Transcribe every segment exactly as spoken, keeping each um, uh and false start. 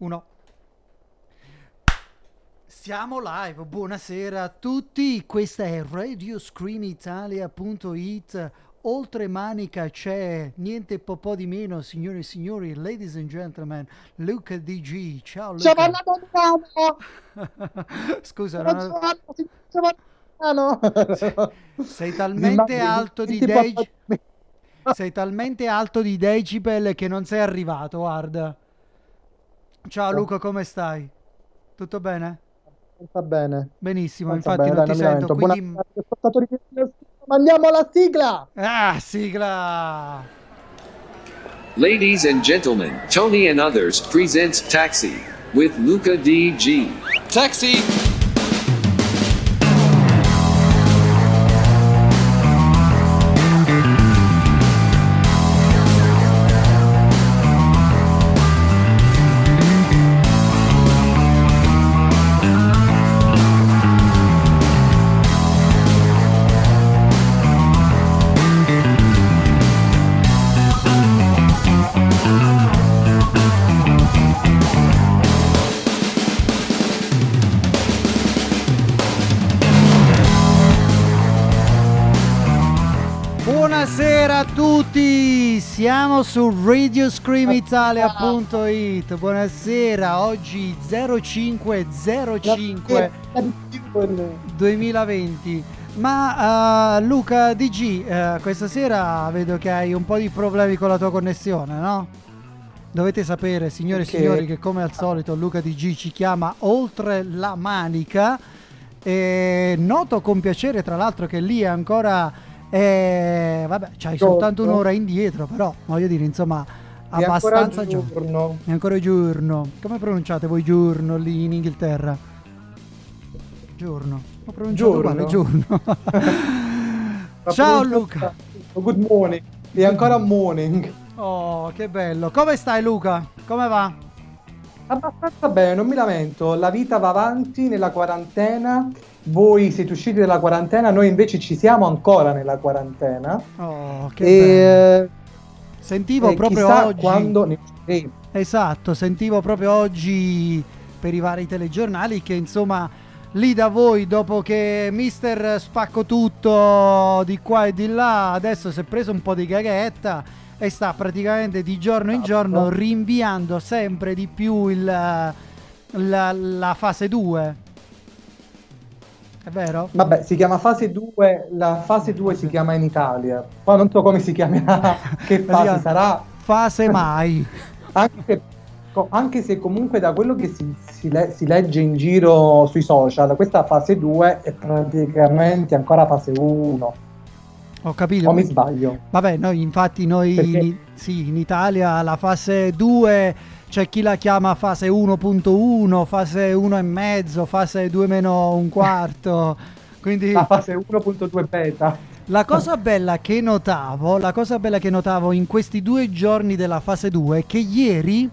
Uno. Siamo live, buonasera a tutti, questa è radio scream italia punto it, oltre manica c'è niente po' po' di meno, signore e signori, ladies and gentlemen, Luca D G, ciao Luca. Giovanna Damiano! Scusa, non ho... Giovanna Damiano! sei talmente alto di dec... sei talmente alto di decibel che non sei arrivato, guarda. Ciao Luca, come stai? Tutto bene? Sta bene. Benissimo, Non sta infatti bene, non dai, ti non mi sento, lamento. quindi... Buonasera, ascoltatori di- Mandiamo alla sigla! Ah, sigla! Ladies and gentlemen, Tony and Others presents Taxi with Luca D G. Taxi! Buonasera a tutti, siamo su radio scream italia punto it. Buonasera, oggi zero cinque zero cinque duemilaventi. Ma uh, Luca D G, uh, questa sera vedo che hai un po' di problemi con la tua connessione, no? Dovete sapere, signore e Perché? signori, che come al solito Luca D G ci chiama oltre la manica. E noto con piacere, tra l'altro, che lì è ancora... Eh, vabbè, c'hai Giorno. soltanto un'ora indietro, però voglio dire, insomma, È abbastanza ancora giorno. giorno. È ancora giorno. Come pronunciate voi giorno lì in Inghilterra? Giorno. Ho pronunciato Giorno. uguale, giorno. Ma Ciao pronuncia- Luca. Good morning. È ancora morning. Oh, che bello. Come stai Luca? Come va? Abbastanza bene, non mi lamento. La vita va avanti nella quarantena. Voi siete usciti dalla quarantena, noi invece ci siamo ancora nella quarantena. Oh, che bello. E Sentivo e proprio chissà oggi. quando ne usciremo. Esatto, sentivo proprio oggi per i vari telegiornali che insomma lì da voi, dopo che mister Spacco Tutto di qua e di là, adesso si è preso un po' di caghetta e sta praticamente di giorno in giorno rinviando sempre di più il, la, la fase due. È vero? Vabbè, si chiama fase due, la fase due si chiama in Italia. Poi non so come si chiamerà, che Si fase chiama sarà. Fase mai. Anche, co- anche se comunque da quello che si, si le- si legge in giro sui social, questa fase due è praticamente ancora fase uno. Ho capito. O mi sbaglio? Vabbè, noi infatti noi Perché- in, sì, in Italia la fase due c'è chi la chiama fase uno punto uno, fase uno e mezzo, fase due meno un quarto. Quindi La fase uno punto due beta. la cosa bella che notavo, la cosa bella che notavo in questi due giorni della fase due è che ieri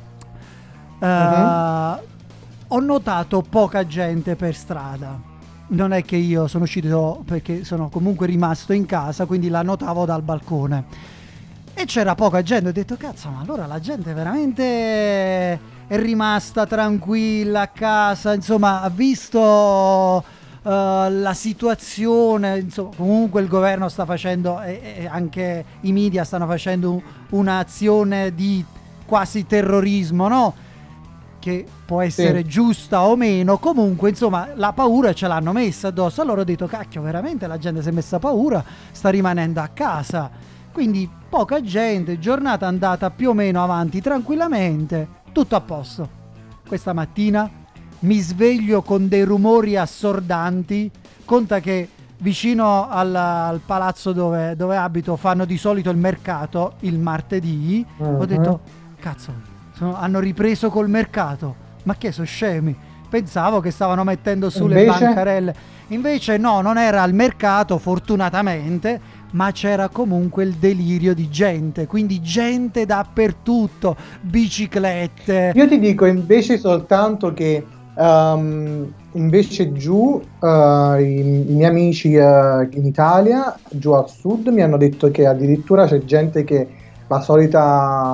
eh, Mhm. ho notato poca gente per strada. Non è che io sono uscito perché sono comunque rimasto in casa, quindi la notavo dal balcone. E c'era poca gente, ho detto cazzo, ma allora la gente veramente è rimasta tranquilla a casa, insomma, ha visto eh, la situazione, insomma, comunque il governo sta facendo e, e anche i media stanno facendo un- un'azione di quasi terrorismo, no? Che può essere Sì. giusta o meno, comunque insomma la paura ce l'hanno messa addosso. Allora ho detto cacchio, veramente la gente si è messa paura, sta rimanendo a casa, quindi poca gente, giornata andata più o meno avanti tranquillamente, tutto a posto. Questa mattina mi sveglio con dei rumori assordanti, conta che vicino al, al palazzo dove, dove abito fanno di solito il mercato il martedì. Ho Mhm. detto cazzo, sono- hanno ripreso col mercato, ma che sono scemi, pensavo che stavano mettendo su le Invece? bancarelle, invece no, non era al mercato fortunatamente, ma c'era comunque il delirio di gente, quindi gente dappertutto, biciclette. Io ti dico invece soltanto che ehm, invece giù eh, i, i miei amici eh, in Italia, giù al sud, mi hanno detto che addirittura c'è gente che la solita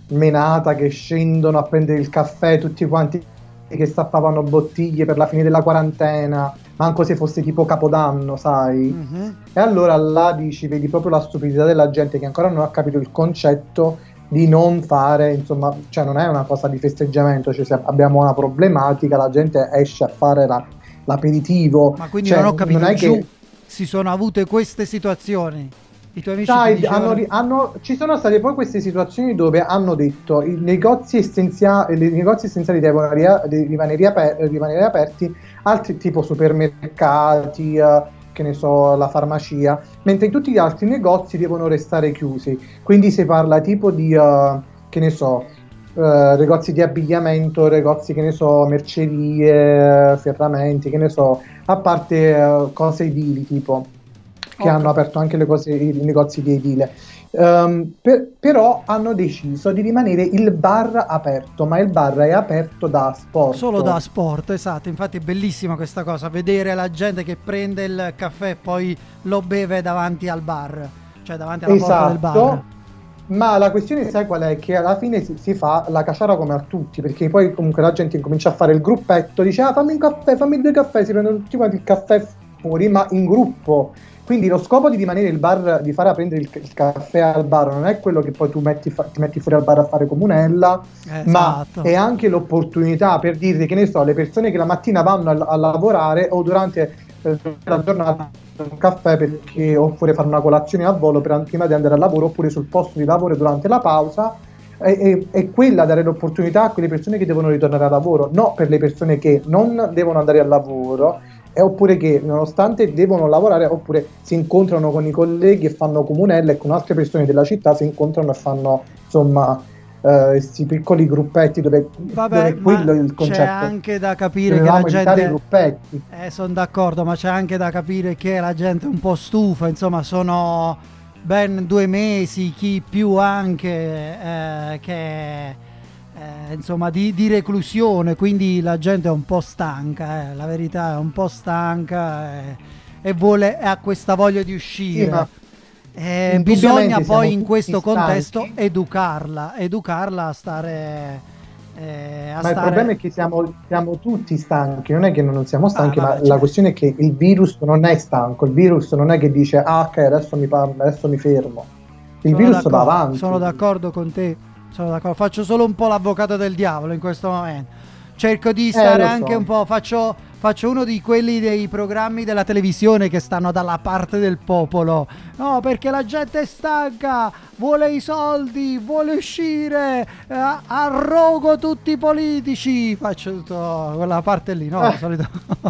menata che scendono a prendere il caffè, tutti quanti che stappavano bottiglie per la fine della quarantena, manco se fosse tipo Capodanno, sai? Mm-hmm. E allora là dici, vedi proprio la stupidità della gente che ancora non ha capito il concetto di non fare, insomma, cioè non è una cosa di festeggiamento, cioè se abbiamo una problematica la gente esce a fare la, l'aperitivo. Ma quindi cioè, non ho capito, non è giù che si sono avute queste situazioni? I tuoi amici Sai, ti dicevano... hanno, hanno, ci sono state poi queste situazioni dove hanno detto i negozi essenziali, i negozi essenziali devono ria, rimanere, aper, rimanere aperti, altri tipo supermercati, eh, che ne so, la farmacia, mentre in tutti gli altri negozi devono restare chiusi. Quindi si parla tipo di, uh, che ne so, uh, negozi di abbigliamento, negozi, che ne so, mercerie, ferramenti, che ne so, a parte uh, cose edili tipo. Che Okay. hanno aperto anche le cose, i negozi di edile, um, per, però hanno deciso di rimanere il bar aperto, ma il bar è aperto da sport. Solo da sport, esatto, infatti è bellissima questa cosa, vedere la gente che prende il caffè e poi lo beve davanti al bar, cioè davanti alla porta del bar. Esatto, ma la questione sai qual è? Che alla fine si, si fa la caciara come a tutti, perché poi comunque la gente incomincia a fare il gruppetto, dice ah fammi un caffè, fammi due caffè, si prendono tutti quanti il caffè fuori, ma in gruppo. Quindi lo scopo di rimanere il bar, di fare a prendere il, il caffè al bar, non è quello che poi tu metti, fa, ti metti fuori al bar a fare comunella, Esatto. ma è anche l'opportunità per dire, che ne so, le persone che la mattina vanno a, a lavorare o durante eh, la giornata un caffè perché, oppure fare una colazione a volo per, prima di andare al lavoro, oppure sul posto di lavoro durante la pausa. È, è quella, dare l'opportunità a quelle persone che devono ritornare al lavoro, no per le persone che non devono andare al lavoro, e oppure che nonostante devono lavorare, oppure si incontrano con i colleghi e fanno comunelle, e con altre persone della città si incontrano e fanno insomma questi eh, piccoli gruppetti dove, Vabbè, dove quello è il concetto. C'è anche da capire che Dovevamo la evitare gente i gruppetti. eh, sono d'accordo, ma c'è anche da capire che la gente è un po' stufa, insomma sono ben due mesi, chi più anche eh, che Eh, insomma di, di reclusione, quindi la gente è un po' stanca, eh, la verità è un po' stanca eh, e vuole, ha questa voglia di uscire. Sì, ma eh, indubbiamente bisogna siamo poi in tutti questo contesto stanchi. educarla, educarla a stare eh, a Ma il stare... problema è che siamo, siamo tutti stanchi, non è che non siamo stanchi, Ah, vabbè, ma certo. la questione è che il virus non è stanco, il virus non è che dice ah ok adesso mi, parlo, adesso mi fermo, il Sono virus va d'accordo, avanti. sono d'accordo con te, sono d'accordo. Faccio solo un po' l'avvocato del diavolo in questo momento. Cerco di stare Eh, lo anche so. un po', faccio, faccio uno di quelli dei programmi della televisione che stanno dalla parte del popolo. No, perché la gente è stanca, vuole i soldi, vuole uscire, eh, arrogo tutti i politici. Faccio tutta quella parte lì, no? Eh. Di solito.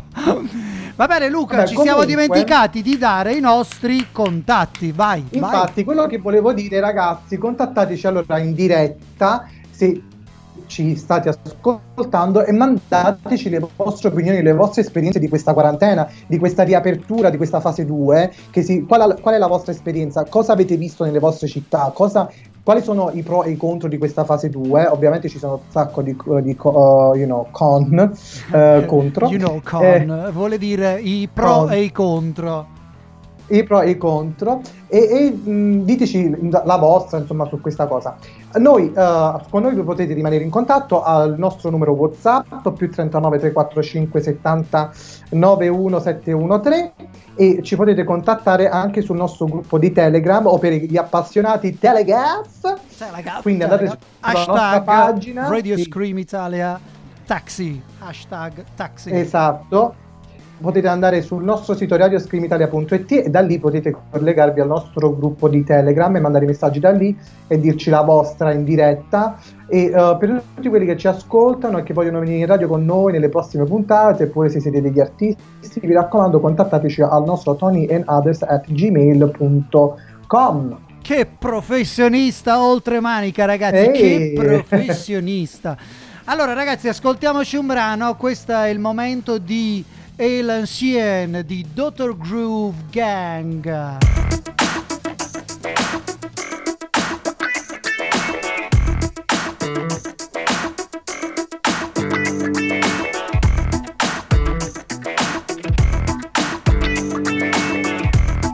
Va bene Luca, Vabbè, ci siamo comunque- dimenticati di dare i nostri contatti. Vai, vai. Infatti, quello che volevo dire, ragazzi, contattateci allora in diretta se ci state ascoltando e mandateci le vostre opinioni, le vostre esperienze di questa quarantena, di questa riapertura, di questa fase due. Che si, qual, qual è la vostra esperienza? Cosa avete visto nelle vostre città? Cosa, quali sono i pro e i contro di questa fase due? Ovviamente ci sono un sacco di, di uh, you know, con, uh, contro. You know, con Eh, vuole dire i pro con. e i contro. I pro e i contro e, e mh, diteci la vostra insomma su questa cosa. Noi uh, con noi vi potete rimanere in contatto al nostro numero WhatsApp più trentanove trequatrocinque settanta novantuno settecentotredici e ci potete contattare anche sul nostro gruppo di Telegram o per gli appassionati Telegraph. Quindi andate sulla nostra Hashtag pagina. Radio Sì. Scream Italia Taxi. Hashtag taxi. Esatto. Potete andare sul nostro sito radioscreamitalia punto it e da lì potete collegarvi al nostro gruppo di Telegram e mandare messaggi da lì e dirci la vostra in diretta. E uh, per tutti quelli che ci ascoltano e che vogliono venire in radio con noi nelle prossime puntate, oppure se siete degli artisti, vi raccomando contattateci al nostro tonyanothers at gmail punto com. Che professionista oltre manica, ragazzi, Ehi. che professionista. Allora ragazzi, ascoltiamoci un brano. Questo è il momento di El Ancien di doctor Groove Gang.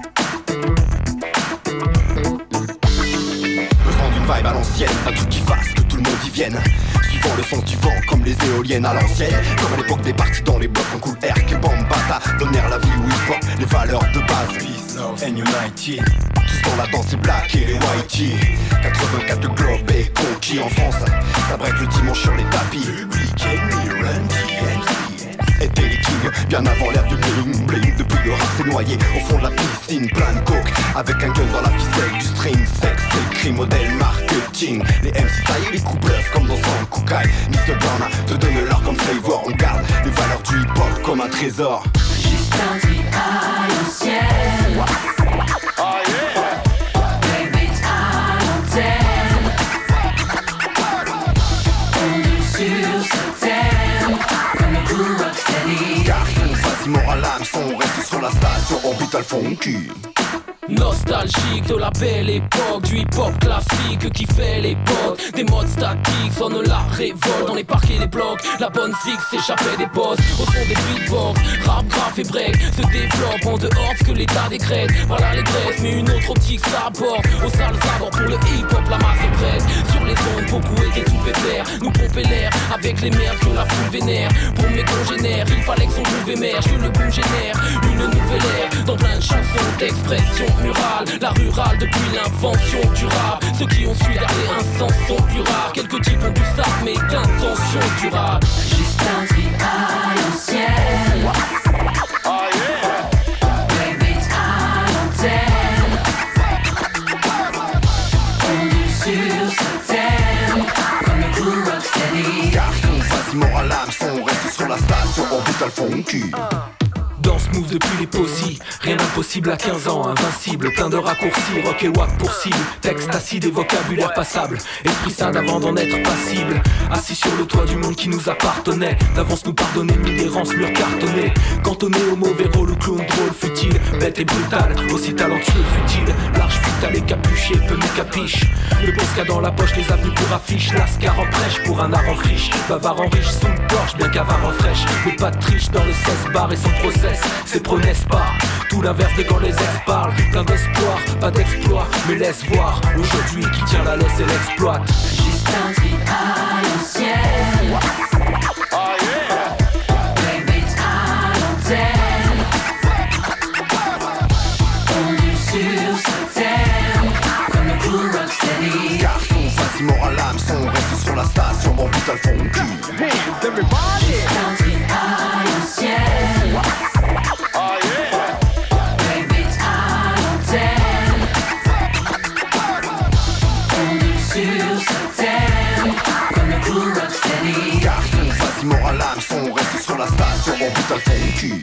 Besoin d'une vibe à l'ancienne, un truc qui fasse du vent comme les éoliennes à l'ancienne. Comme à l'époque des parties dans les blocs en cool air que Bambata donnèrent la vie où hip hop, les valeurs de base. Peace, love and unity. Tous dans la danse, les blacks et les whitey. quatre-vingt-quatre le globe est conquis en France. Ça break le dimanche sur les tapis. Public Enemy, Run D M C étaient les kings, bien avant l'ère du bling bling. Depuis le rap s'est noyé au fond de la piscine, plein de coke, avec un gun dans la ficelle, du string, sexe, c'est le cri, modèle marketing. Les M C taillent les coups bluff comme dans son Kukai. mister Burna te donne l'or comme flavor. On garde les valeurs du hip hop comme un trésor. Juste un tri à l'ancienne. Oh yeah. Baby à l'antenne. On est sur ce thème comme le cool rocksteady. Garçon, facilement à l'âme, son reste sur la station Orbital Funky. Nostalgique de la belle époque, du hip-hop classique qui fait l'époque. Des modes statiques sonnent la révolte dans les parcs et les blocs. La bonne fixe s'échappait des boss au son des beatbox. Rap, graph et break se développe en dehors de ce que l'état décrète. Voilà les graisses, mais une autre optique s'aborde. Aux sales abords pour le hip-hop, la masse est prête. Sur les ondes, beaucoup étaient tout pépère. Nous pomper l'air avec les merdes que la foule vénère. Pour mes congénères, il fallait que son groove émerge, que le boom génère une nouvelle ère. Dans plein de chansons d'expression murale, la rurale depuis l'invention du rap. Ceux qui ont su garder un sens sont plus rares. Quelques types ont du sac mais d'intention durable. Juste un tri à l'ancienne. Oh yeah. Baby à l'antenne. On est sur ce thème comme le cool rocksteady. Garçon, facilement à l'âme, son reste sur la station Orbital Funky. Danse move depuis les posies, rien d'impossible à quinze ans, invincible, plein de raccourcis, rock et wack pour cible, texte acide et vocabulaire passable, esprit sain avant d'en être passible, assis sur le toit du monde qui nous appartenait, d'avance nous pardonner, mille errances, murs cartonnés, cantonné au mauvais rôle, ou clown drôle, futile, bête et brutal, aussi talentueux, futile, large, vital et capuché, peu me capiche, le Bosca dans la poche, les avenues pour affiche, Lascar en prêche pour un art en friche, bavard en riche, son gorge, bien qu'avare en fraîche, mais pas de triche dans le seize bar et son procès. C'est pro n'est-ce pas, tout l'inverse de quand les ex parlent. Plein d'espoir, pas d'exploit, mais laisse voir aujourd'hui qui tient la laisse et l'exploite. Juste un tri à l'ancienne. Oh yeah. Baby à l'antenne. On est sur ce thème comme le cool rocksteady. Garçon, facilement à l'âme, son reste sur la station Orbital Funky. Juste un tri à l'ancienne. Oh yeah. Baby à l'antenne. On est sur ce thème comme le cool rocksteady. Garçon, facilement à l'âme, son reste sur la station Orbital Funky.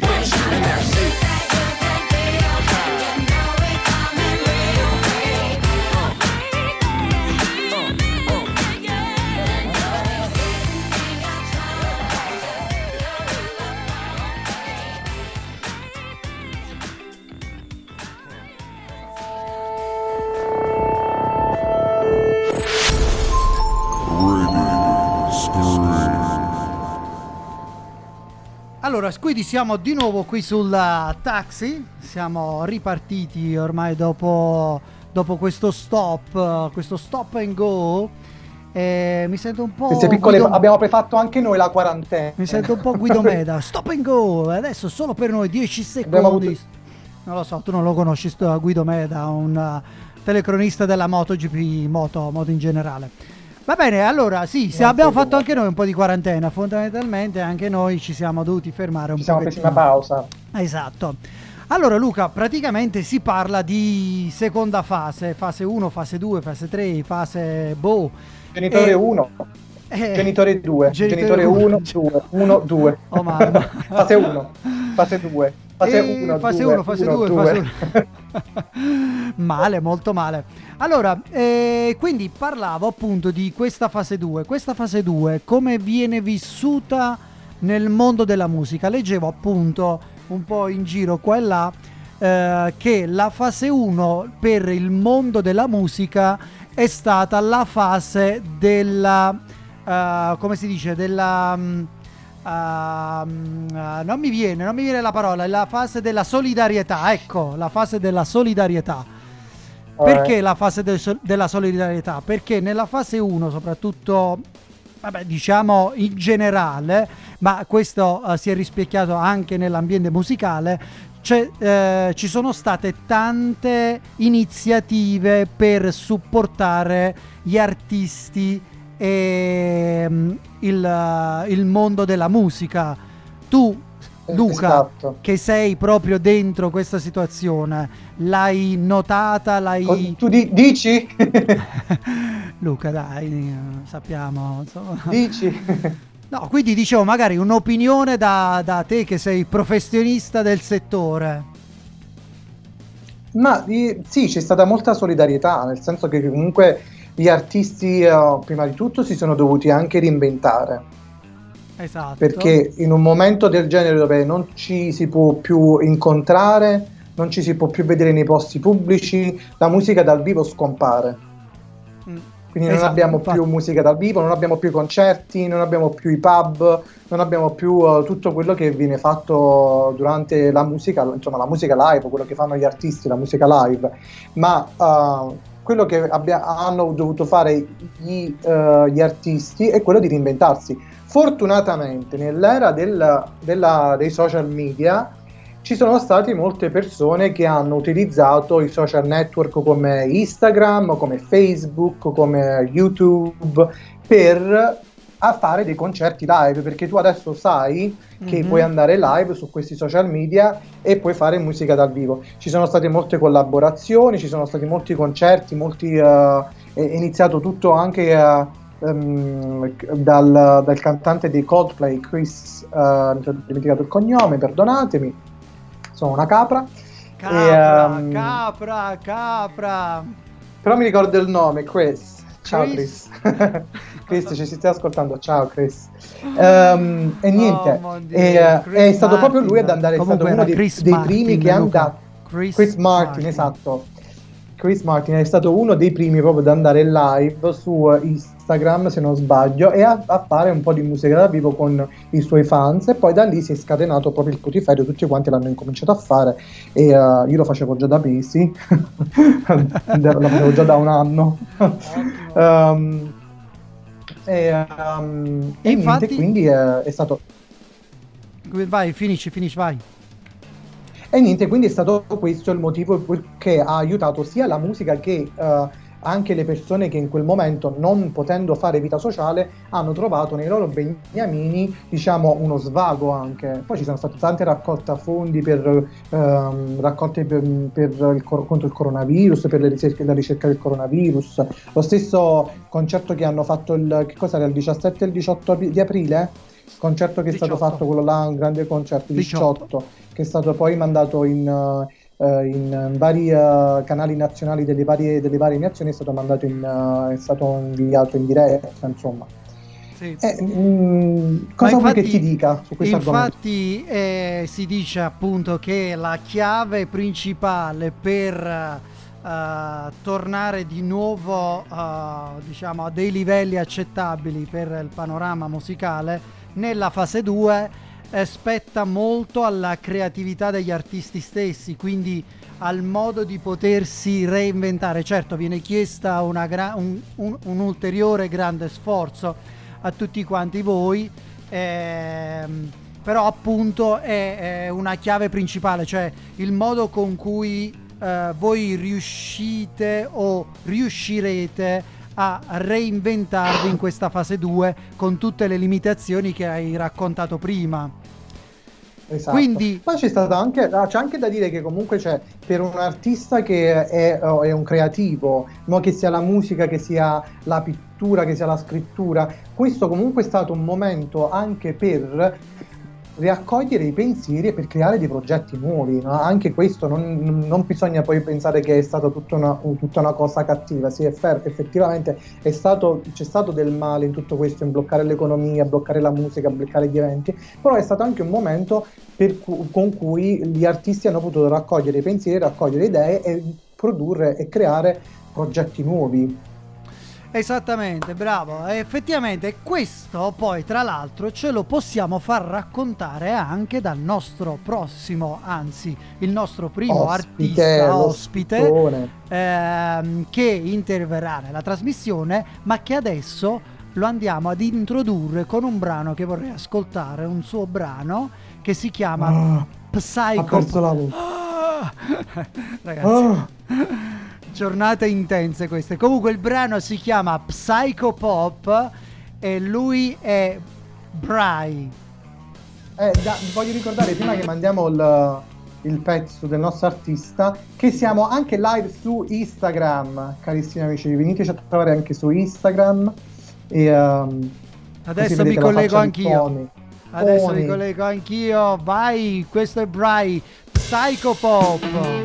Allora, quindi siamo di nuovo qui sulla Taxi, siamo ripartiti ormai dopo, dopo questo stop, questo stop and go, e mi sento un po'... Queste piccole, Guido... abbiamo prefatto anche noi la quarantena. Mi sento un po' Guido Meda, stop and go, adesso solo per noi dieci secondi. Avuto... Non lo so, tu non lo conosci, sto Guido Meda, un uh, telecronista della MotoGP, moto, moto in generale. Va bene, allora sì, se abbiamo fatto anche noi un po' di quarantena, fondamentalmente anche noi ci siamo dovuti fermare un po'. Ci siamo presi una pausa. Esatto. Allora Luca, praticamente si parla di seconda fase, fase uno, fase due, fase tre, fase boh. Genitore e... uno, eh... genitore due, genitore uno, due, uno, due. Oh mamma. Fase uno, fase due, fase uno, fase due, uno, fase due, fase uno. Male, molto male. Allora, eh, quindi parlavo appunto di questa fase due. Questa fase due come viene vissuta nel mondo della musica? Leggevo appunto un po' in giro qua e là eh, che la fase uno per il mondo della musica è stata la fase della uh, come si dice della um, uh, uh, non mi viene non mi viene la parola, è la fase della solidarietà, ecco, la fase della solidarietà. Perché la fase de- della solidarietà? Perché nella fase uno, soprattutto vabbè, diciamo in generale, ma questo uh, si è rispecchiato anche nell'ambiente musicale, c'è, eh, ci sono state tante iniziative per supportare gli artisti e um, il, uh, il mondo della musica. Tu, Luca, esatto. che sei proprio dentro questa situazione, l'hai notata, l'hai... Tu di- dici? Luca, dai, sappiamo, insomma. Dici? No, quindi dicevo, magari un'opinione da, da te che sei professionista del settore. Ma di- sì, c'è stata molta solidarietà, nel senso che comunque gli artisti, eh, prima di tutto, si sono dovuti anche reinventare. Esatto. Perché in un momento del genere dove non ci si può più incontrare, non ci si può più vedere nei posti pubblici, la musica dal vivo scompare. Mm. Quindi non Esatto, abbiamo infatti. più musica dal vivo, non abbiamo più concerti, non abbiamo più i pub, non abbiamo più uh, tutto quello che viene fatto durante la musica, insomma la musica live, quello che fanno gli artisti, la musica live. Ma uh, quello che abbia- hanno dovuto fare gli, uh, gli artisti è quello di reinventarsi. Fortunatamente nell'era del, della, dei social media ci sono state molte persone che hanno utilizzato i social network come Instagram, come Facebook, come YouTube per a fare dei concerti live, perché tu adesso sai che Mhm. puoi andare live su questi social media e puoi fare musica dal vivo. Ci sono state molte collaborazioni, ci sono stati molti concerti, molti, eh, è iniziato tutto anche eh, ehm, dal, dal cantante dei Coldplay, Chris, eh, mi sono dimenticato il cognome, perdonatemi. Sono una capra. Capra, E, um, capra, capra. però mi ricordo il nome, Chris. Ciao Chris. Chris. Chris, ci si stai ascoltando? Ciao Chris. Um, e niente, Oh, mon Dio. e, uh, Chris è stato proprio Martin. lui ad andare, è stato Comunque uno era dei, Chris dei Martin, primi che è Luca. andato. Chris, Chris Martin, esatto. Chris Martin è stato uno dei primi proprio ad andare live su Instagram, se non sbaglio, e a, a fare un po' di musica dal vivo con i suoi fans, e poi da lì si è scatenato proprio il putiferio, tutti quanti l'hanno incominciato a fare, e uh, io lo facevo già da mesi, lo facevo già da un anno. um, e, um, e Infatti- niente, quindi è, è stato... Vai, finisci, finisci, vai. E niente, quindi è stato questo il motivo che ha aiutato sia la musica che uh, anche le persone che in quel momento, non potendo fare vita sociale, hanno trovato nei loro beniamini, diciamo, uno svago anche. Poi ci sono state tante raccolte fondi per um, raccolte per, per il, contro il coronavirus, per le ricerche, la ricerca del coronavirus. Lo stesso concerto che hanno fatto il, che cosa era, il diciassette e il diciotto di aprile? Il concerto che è stato diciotto. fatto, quello là, un grande concerto, diciotto. diciotto, che è stato poi mandato in, uh, in vari uh, canali nazionali delle varie, delle varie nazioni, è stato mandato in, uh, è stato inviato in diretta, insomma. Sì. Eh, mm, cosa Ma vuoi che infatti- ti dica su questo argomento? Infatti eh, si dice appunto che la chiave principale per eh, tornare di nuovo eh, diciamo a dei livelli accettabili per il panorama musicale nella fase due eh, spetta molto alla creatività degli artisti stessi, quindi al modo di potersi reinventare. Certo, viene chiesta una gra- un, un, un ulteriore grande sforzo a tutti quanti voi, ehm, però appunto è, è una chiave principale, cioè il modo con cui eh, voi riuscite o riuscirete a reinventarvi in questa fase due con tutte le limitazioni che hai raccontato prima. Esatto. Quindi Poi c'è stato anche, ah, c'è anche da dire che comunque c'è, per un artista che è, oh, è un creativo, no, che sia la musica, che sia la pittura, che sia la scrittura, questo comunque è stato un momento anche per raccogliere i pensieri e per creare dei progetti nuovi, no? Anche questo non, non bisogna poi pensare che è stata tutta una, tutta una cosa cattiva. Sì, è fer- effettivamente è stato, c'è stato del male in tutto questo, in bloccare l'economia, bloccare la musica, bloccare gli eventi, però è stato anche un momento per cu- con cui gli artisti hanno potuto raccogliere i pensieri, raccogliere idee e produrre e creare progetti nuovi. esattamente, bravo. E effettivamente questo poi tra l'altro ce lo possiamo far raccontare anche dal nostro prossimo, anzi il nostro primo Ospite, artista lo ospite spittone. ehm, che interverrà nella trasmissione, ma che adesso lo andiamo ad introdurre con un brano che vorrei ascoltare, un suo brano che si chiama Ah, Psycho ha perso la voce. Ah! Ragazzi, Ah. giornate intense queste. Comunque il brano si chiama Psycho Pop e lui è Bry. Eh, da- voglio ricordare prima che mandiamo il, il pezzo del nostro artista che siamo anche live su Instagram, carissimi amici, veniteci a trovare anche su Instagram e ehm, Adesso così mi vedete la collego faccia di anch'io. Tony. Adesso Tony. mi collego anch'io. Vai, questo è Bry, Psycho Pop.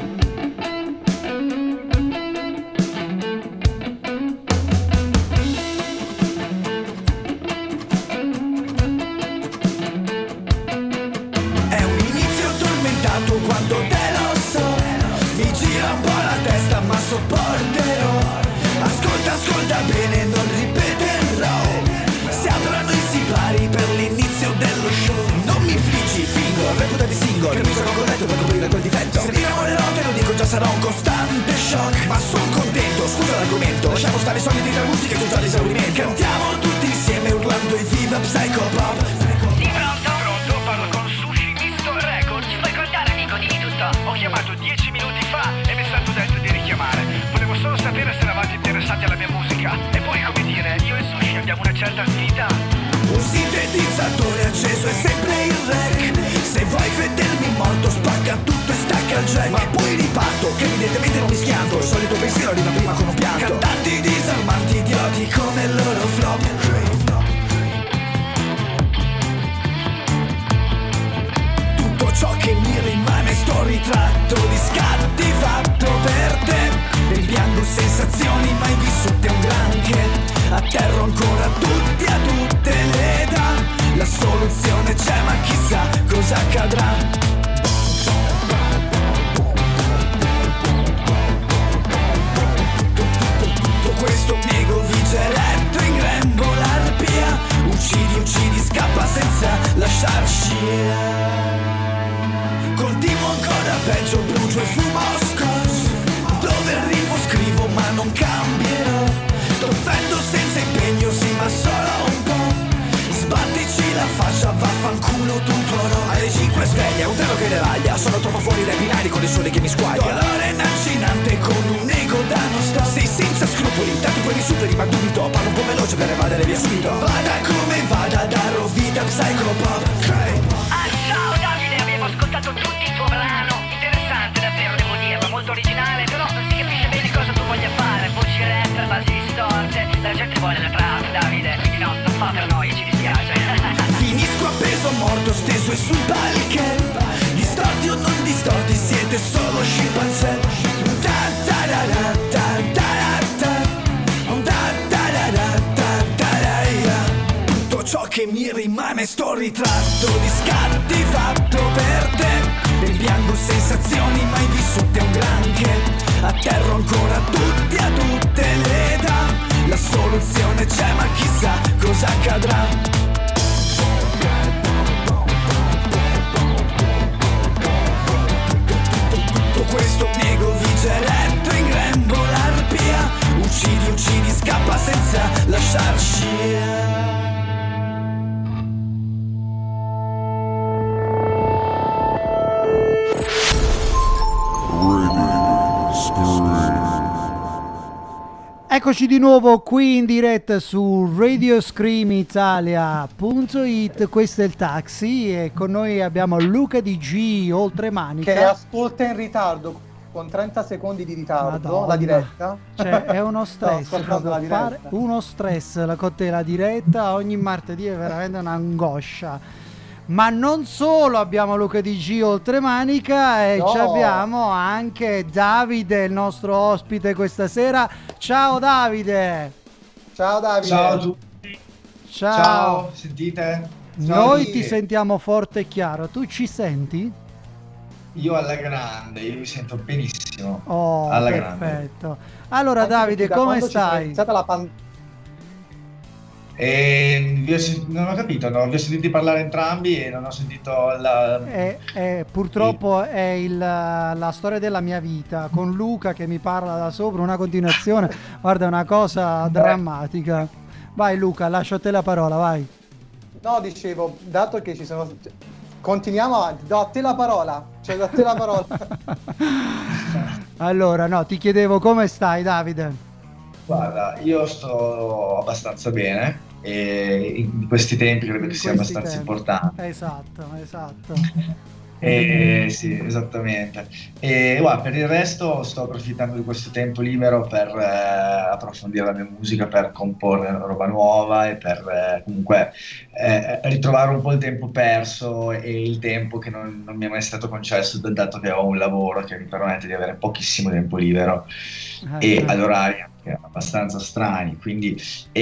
È un inizio tormentato quando te lo so. Mi gira un po' la testa ma sopporterò. Ascolta, ascolta bene, non ripeterò. Si aprono i sipari per l'inizio dello show. Non mi infliggi, fingo, reputati single. Che mi sono corretto per coprire quel difetto. Se tiriamo le note lo dico già sarà un costante shock. Ma sono contento, scusa l'argomento. Lasciamo stare i soliti tra musica e tutto l'esaurimento. Cantiamo tutti insieme urlando i viva Psycho Pop. Sì, pronto? Pronto, parlo con Sushi Misto Records. Puoi contare, amico, dimmi tutto. Ho chiamato dieci minuti fa e mi è stato detto di richiamare. Volevo solo sapere se eravate interessati alla mia musica. E poi, come dire, io e Sushi abbiamo una certa affinità. Un sintetizzatore acceso è sempre il rec. Se vuoi vedermi morto spacca tutto e stacca il jack. Ma poi riparto, che evidentemente non mi schianto. Il solito pensiero arriva prima con un pianto. Cantanti disarmanti idioti come il loro flop. Tutto ciò che mi rimane sto ritratto di scatti fatto per te. Rimpiango sensazioni mai vissute un granché. Atterro ancora tutti a tutte le età. La soluzione c'è ma chissà cosa accadrà. Tutto questo piego vigeretto in grembo l'arpia. Uccidi, uccidi, scappa senza lasciar scia. Continuo ancora peggio, brucio e fumo scotch. Dove arrivo scrivo ma non cambierò. T'offendo senza impegno, sì ma solo un po'. Sbattici la faccia, vaffanculo tutto no. Alle cinque sveglia, un treno che deraglia. Sono troppo fuori dai binari con il sole che mi squaglia. Dolore lancinante con un ego da non stop. Sei senza scrupoli, tanti poi mi superi ma dubito. Parlo un po' veloce per evadere via subito. Vada come vada, darò vita Psycho Pop. Ah, ciao Davide, abbiamo ascoltato tutti il tuo brano. Interessante davvero, devo dirlo, molto originale. Però non si capisce bene cosa tu voglia fare. Voci rapper, basi distorte. La gente vuole la trap, Davide. Quindi no, non fa per noi, ci dispiace. Finisco appeso, morto, steso e sul palchetto. Distorti o non distorti, siete solo scimpanzé. Da da da da da da da. Da da da da da da da. Tutto ciò che mi rimane sto ritratto di scatti fatto per te. Rimpiango sensazioni mai vissute un granché. Atterro ancora tutti a tutte le età. La soluzione c'è ma chissà cosa accadrà. Tutto questo piego vigeretto in grembo l'arpia. Uccidi, uccidi, scappa senza lasciar scia. Eccoci di nuovo qui in diretta su radio scream italia punto it. Questo è il Taxi e con noi abbiamo Luca D G Oltremanica Che ascolta in ritardo con trenta secondi di ritardo Madonna. la diretta. Cioè è uno stress, Sto ascoltando proprio la fare diretta. uno stress la con te la diretta ogni martedì è veramente un'angoscia. Ma non solo abbiamo Luca D G Oltremanica e No. ci abbiamo anche Davide, il nostro ospite questa sera. Ciao Davide. Ciao Davide. Ciao a tutti. Ciao. Ciao, sentite? Ciao a Noi tutti. ti sentiamo forte e chiaro. Tu ci senti? Io alla grande, io mi sento benissimo. Oh, alla grande. perfetto. Allora Anche Davide, perché da come quando ci sarà stai? iniziata la pan- E vi ho sen- non ho capito, no? Vi ho sentito parlare entrambi e non ho sentito la... Eh, eh, purtroppo è il, la storia della mia vita con Luca che mi parla da sopra, una continuazione. Guarda, è una cosa drammatica. Vai Luca, lascio a te la parola, vai. No, dicevo, dato che ci sono... Continuiamo avanti, do a te la parola. Cioè, do a te la parola. Allora, no, ti chiedevo come stai, Davide? Guarda, io sto abbastanza bene e in questi tempi credo In che sia questi abbastanza tempi. importante. Esatto, esatto. E, sì, esattamente. E guarda, per il resto sto approfittando di questo tempo libero per eh, approfondire la mia musica, per comporre roba nuova e per eh, comunque eh, ritrovare un po' il tempo perso e il tempo che non, non mi è mai stato concesso, dato che ho un lavoro che mi permette di avere pochissimo tempo libero Eh, e certo. ad orari anche abbastanza strani. Quindi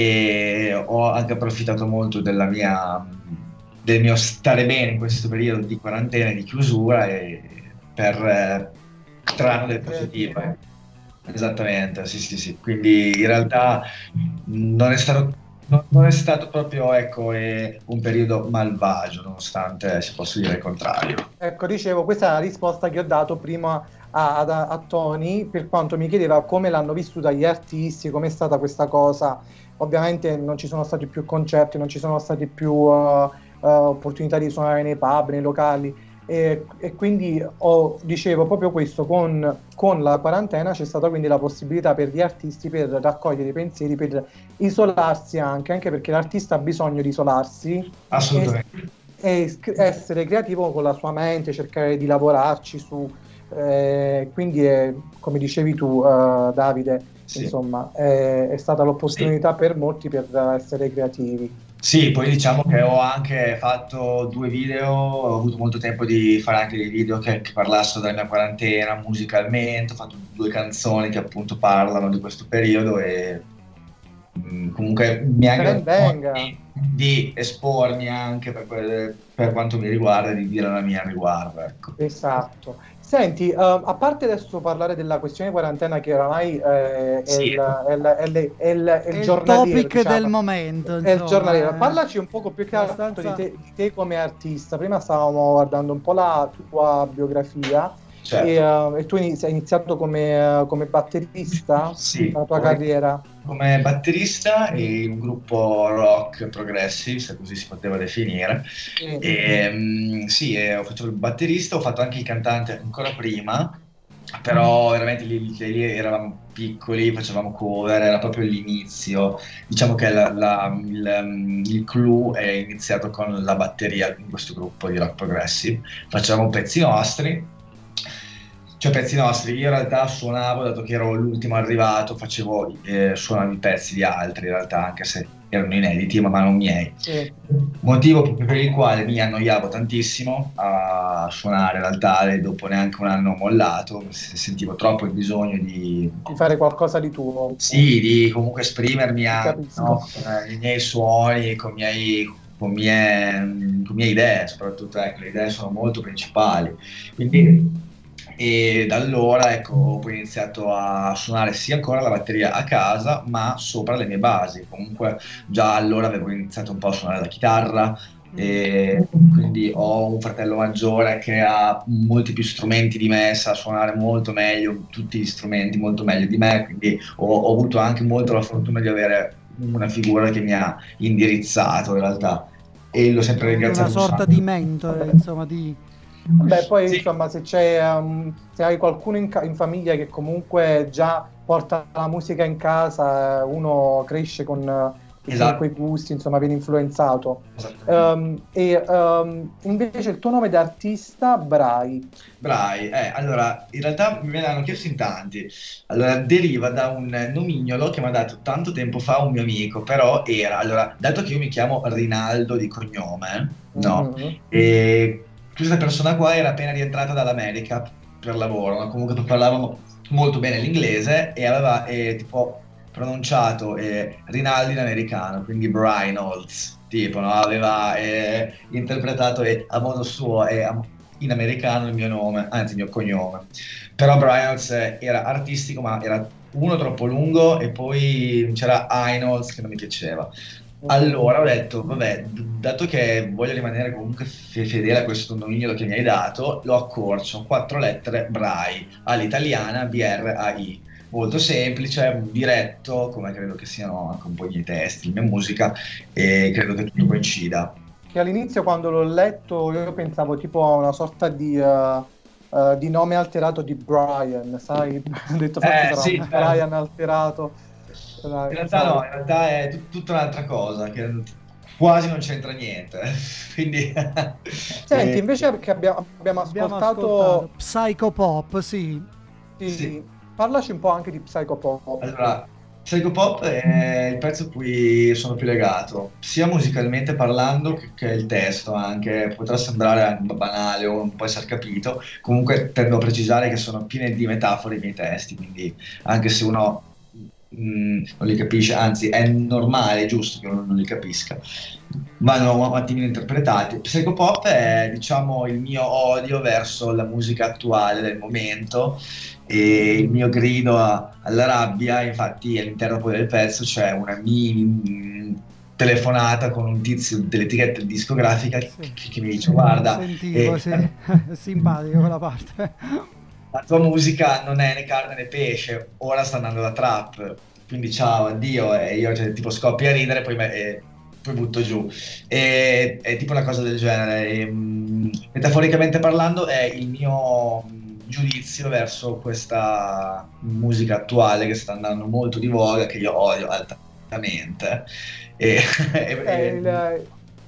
e ho anche approfittato molto della mia del mio stare bene in questo periodo di quarantena e di chiusura e per eh, trarre del positivo. eh. Esattamente, sì, sì, sì. Quindi in realtà mh, non è stato, non non è stato proprio ecco, eh, un periodo malvagio, nonostante si possa dire il contrario. Ecco, dicevo, questa è la risposta che ho dato prima a, a, a Tony per quanto mi chiedeva come l'hanno vissuta gli artisti, com'è stata questa cosa. Ovviamente non ci sono stati più concerti, non ci sono stati più uh, uh, opportunità di suonare nei pub, nei locali e, e quindi ho, dicevo proprio questo, con, con la quarantena c'è stata quindi la possibilità per gli artisti per raccogliere i pensieri, per isolarsi anche, anche perché l'artista ha bisogno di isolarsi Assolutamente. e sc- essere creativo con la sua mente, cercare di lavorarci su, eh, quindi è, come dicevi tu uh, Davide, Sì. insomma è, è stata l'opportunità per molti per essere creativi. Sì, poi diciamo che ho anche fatto due video, ho avuto molto tempo di fare anche dei video che, che parlassero della mia quarantena musicalmente, ho fatto due canzoni che appunto parlano di questo periodo e mh, comunque mi ha Ben venga. di, di espormi anche per, que- per quanto mi riguarda e di dire la mia al riguardo, ecco. Esatto. Senti, uh, a parte adesso parlare della questione quarantena che oramai eh, è, Sì. il, è, il, è, il, è, il, è il È il giornaliero, topic diciamo. del momento, È il insomma, giornaliero. eh. Parlaci un poco più che altro Abbastanza- di te, di te come artista. Prima stavamo guardando un po' la tua biografia. Certo. E, uh, e tu inizi- hai iniziato come, uh, come batterista Sì, la tua come- carriera. come batterista in un gruppo rock progressive, se così si poteva definire. E- E, mm, sì, eh, ho fatto il batterista, ho fatto anche il cantante ancora prima, però veramente lì, lì- lì eravamo piccoli, facevamo cover, era proprio l'inizio. Diciamo che la- la- il, mm, il clou è iniziato con la batteria in questo gruppo di rock progressive. Facevamo pezzi nostri. Cioè pezzi nostri, io in realtà suonavo, dato che ero l'ultimo arrivato, facevo, eh, suonavo i pezzi di altri in realtà, anche se erano inediti, ma, ma non miei. Sì. Motivo per per il quale mi annoiavo tantissimo a suonare in realtà e dopo neanche un anno ho mollato, se- sentivo troppo il bisogno di, Di fare qualcosa di tuo. sì, di comunque esprimermi anche, Capisco. no, con eh, i miei suoni, con, i miei, con, mie, con mie idee, soprattutto ecco, le idee sono molto principali. Quindi e da allora ecco, ho poi iniziato a suonare sia ancora la batteria a casa, ma sopra le mie basi. Comunque già allora avevo iniziato un po' a suonare la chitarra, e quindi ho un fratello maggiore che ha molti più strumenti di me, sa suonare molto meglio tutti gli strumenti molto meglio di me, quindi ho, ho avuto anche molto la fortuna di avere una figura che mi ha indirizzato in realtà e l'ho sempre ringraziato Una un sorta sacco. di mentore, insomma, di... Beh, poi Sì. insomma, se c'è um, se hai qualcuno in, ca- in famiglia che comunque già porta la musica in casa, eh, uno cresce con, eh, Esatto. con quei gusti, insomma, viene influenzato. Esattamente. Um, e um, invece il tuo nome d'artista, Brai. Brai, eh, allora, in realtà me l'hanno chiesto in tanti. Allora, deriva da un nomignolo che mi ha dato tanto tempo fa un mio amico, però era, allora, dato che io mi chiamo Rinaldo di cognome, no, Mhm. e questa persona qua era appena rientrata dall'America per lavoro, no? Comunque parlavamo molto bene l'inglese e aveva eh, tipo pronunciato eh, Rinaldi in americano, quindi Brian Holtz, tipo, no? Aveva eh, interpretato eh, a modo suo e a- in americano il mio nome, anzi il mio cognome. Però Brian Holtz eh, era artistico, ma era uno troppo lungo e poi c'era Einholz che non mi piaceva. Allora ho detto, vabbè, d- dato che voglio rimanere comunque fe- fedele a questo nomignolo che mi hai dato, lo accorcio, quattro lettere, Brai, all'italiana B R A I. molto semplice, diretto, come credo che siano anche un po' i miei testi, la mia musica, e credo che tutto coincida. Che all'inizio, quando l'ho letto, io pensavo tipo a una sorta di, uh, uh, di nome alterato di Brian, sai? Ho detto forse Eh, sarà sì, un certo. Brian alterato. In realtà no, in realtà è tut- tutta un'altra cosa, che quasi non c'entra niente. Quindi Senti, invece che abbiamo, abbiamo Abbiamo ascoltato, ascoltato Psychopop, sì. sì, Sì. parlaci un po' anche di Psychopop. Allora, Psychopop è il pezzo a cui sono più legato, sia musicalmente parlando che, che il testo anche. Potrà sembrare anche banale o non può essere capito, comunque tendo a precisare che sono pieni di metafore i miei testi, quindi anche se uno mh, non li capisce, anzi è normale, è giusto che uno non li capisca, vanno un attimino interpretati. Psychopop è, diciamo, il mio odio verso la musica attuale del momento e il mio grido a- alla rabbia. Infatti all'interno poi del pezzo c'è una mini mh, telefonata con un tizio dell'etichetta discografica Sì. che, che mi dice: guarda, Sentivo, eh, sì. È simpatico quella parte. la tua musica non è né carne né pesce, ora sta andando la trap, quindi ciao, addio. E io, cioè, tipo scoppio a ridere, poi, me- e poi butto giù. E, è tipo una cosa del genere. E, mh, metaforicamente parlando è il mio mh, giudizio verso questa musica attuale che sta andando molto di voga, che io odio altamente. E, e- Eh, e- il-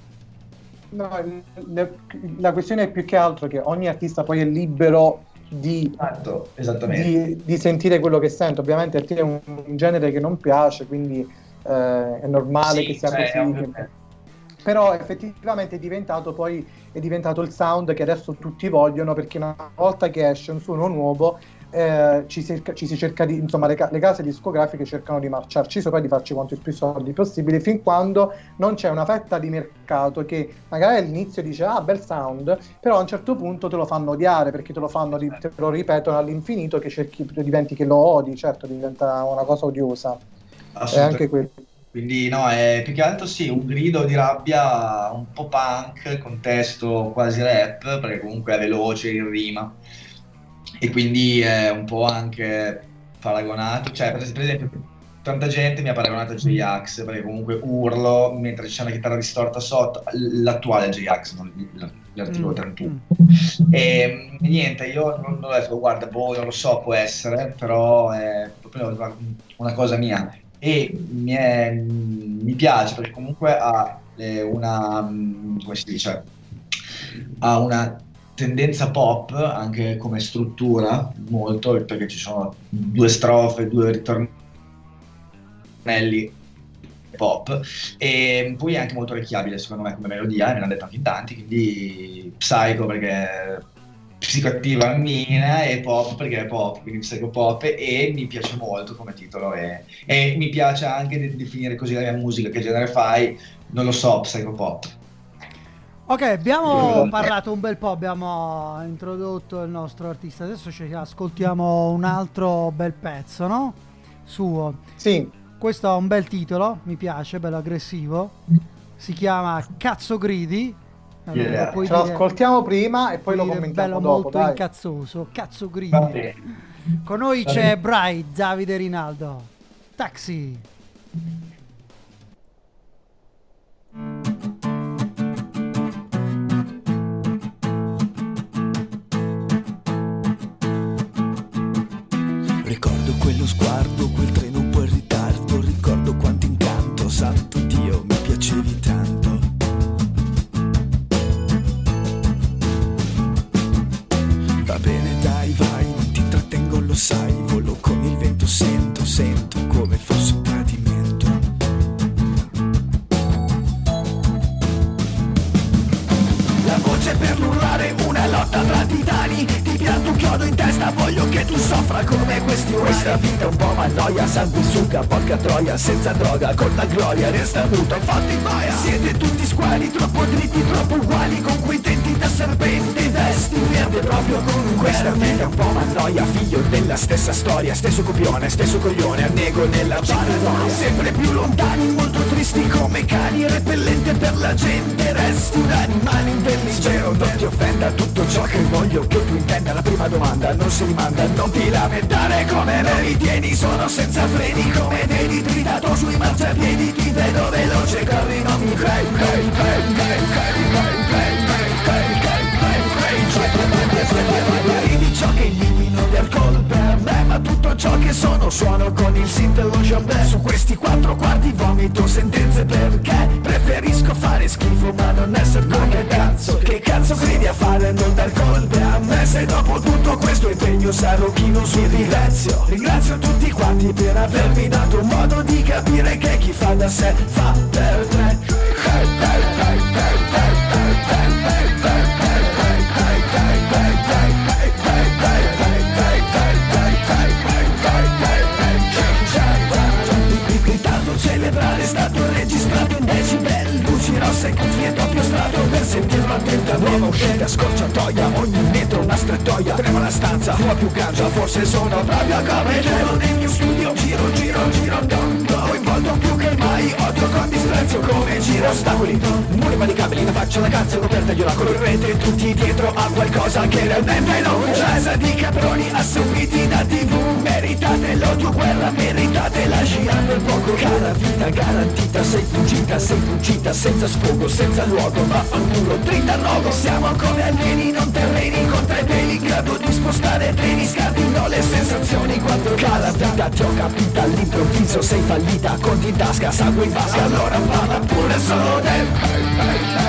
no, il- le- la questione è più che altro che ogni artista poi è libero di, esatto, esattamente. di, di sentire quello che sente. Ovviamente a te è un, un genere che non piace, quindi eh, è normale Sì, che sia cioè, così. ovviamente. Però effettivamente è diventato poi è diventato il sound che adesso tutti vogliono, perché una volta che esce un suono nuovo eh, ci, si, ci si cerca di, insomma, le, ca- le case discografiche cercano di marciarci sopra e di farci quanti più soldi possibili, fin quando non c'è una fetta di mercato che magari all'inizio dice ah, bel sound, però a un certo punto te lo fanno odiare, perché te lo fanno ri- te lo ripetono all'infinito, che cerchi, diventi che lo odi, certo diventa una cosa odiosa. È Assolutamente. anche quello. Quindi no, è più che altro sì, un grido di rabbia un po' punk, con testo quasi rap, perché comunque è veloce, in rima, e quindi è un po' anche paragonato, cioè per per esempio tanta gente mi ha paragonato a J-Ax, perché comunque urlo mentre c'è una chitarra distorta sotto, l'attuale J-Ax, non l- l'articolo Mm, trentuno. mm. E mh, niente, io non, non ho detto, guarda, boh, non lo so, può essere, però è proprio una, una cosa mia. E mi, è- mi piace perché comunque ha eh, una, mh, come si dice, ha una tendenza pop anche come struttura, molto, perché ci sono due strofe, due ritornelli pop, e poi è anche molto orecchiabile secondo me come melodia, e me l'hanno detto anche in tanti, quindi Psycho perché psicoattiva mina, e pop perché è pop, quindi Psychopop, e mi piace molto come titolo, e, e mi piace anche de- definire così la mia musica. Che genere fai? Non lo so, Psychopop. Ok, abbiamo Io- parlato un bel po', abbiamo introdotto il nostro artista, adesso ci ascoltiamo un altro bel pezzo, no? Suo. Sì, Questo ha un bel titolo, mi piace, bello aggressivo, si chiama Cazzo Gridi. Allora, Yeah. puoi ce lo dire- ascoltiamo prima e poi lo puoi dire commentiamo bello dopo, molto dai. incazzoso, Cazzo Gridi. Va bene. Con noi Va c'è bene. Bright, Davide Rinaldo, Taxi. Ricordo quello sguardo, quel treno un po' in ritardo. Ricordo quanto incanto, santo Dio, mi piacevi tanto. Va bene, dai, vai, non ti trattengo, lo sai. Volo con il vento, sento, sento come fosse un tradimento. La voce per urlare, una lotta tra titani. Ti pianto un chiodo in testa, voglio che tu soffra come questi umani. Questa vita un po' m'annoia, sanguisuga, porca troia. Senza droga, con la gloria, resta muto, fatto in boia. Siete tutti squali, troppo dritti, troppo uguali. Con quei denti da serpente, vesti verde proprio con un questa vita un po' m'annoia, figlio della stessa storia. Stesso copione, stesso coglione, annego nella paranoia. Sempre più lontani, molto tristi come cani. Repellente per la gente, resti un animale intelligente. Spero non ti offenda tutto ciò che voglio che tu intenda. domanda, la prima domanda non si rimanda. Non ti lamentare come me li tieni, sono senza freni come vedi, tridato sui marciapiedi, ti vedo veloce, corri, non mi crei, crei, crei, crei, crei, crei, crei, crei, crei, crei, crei, crei, ridi ciò che elimino di alcol per me, ma tutto ciò che sono suono con il synth e lo jambè. Su questi quattro quarti vomito sentenze perché preferisco fare schifo ma non essere come cazzo. Che cazzo credi a fare non dar colpe a me, se dopo tutto questo impegno sarò chino sul ringrazio. Ringrazio tutti quanti per avermi dato un modo di capire che chi fa da sé fa per tre. Celebrare è stato registrato in decibel, luci rosse e cuffie doppio strato per sentirlo attenta. Nuova uscita, scorciatoia, ogni metro una strettoia. Trema la stanza, fuma più ganja, forse sono proprio come devo nel mio studio. Giro, giro, giro, dondo, coinvolto più che mai, odio con disprezzo come giro. Ostacoli, muri manicabili, una faccia, la cazzo coperta di oracolo in rete, tutti dietro a qualcosa che realmente non c'è. Di caproni assorbiti da tv, meritate l'odio, guerra, meritate la scia del poco. Cara vita garantita, sei fuggita, sei fuggita, senza sfogo, senza luogo, ma al culo, dritta al rogo. Siamo come alieni, non terreni, con tre peli, in grado di spostare treni, scardino le sensazioni quando cala vita. Ti ho capita all'improvviso, sei fallita, conti in tasca, sangue in vasca, allora va pure solo te.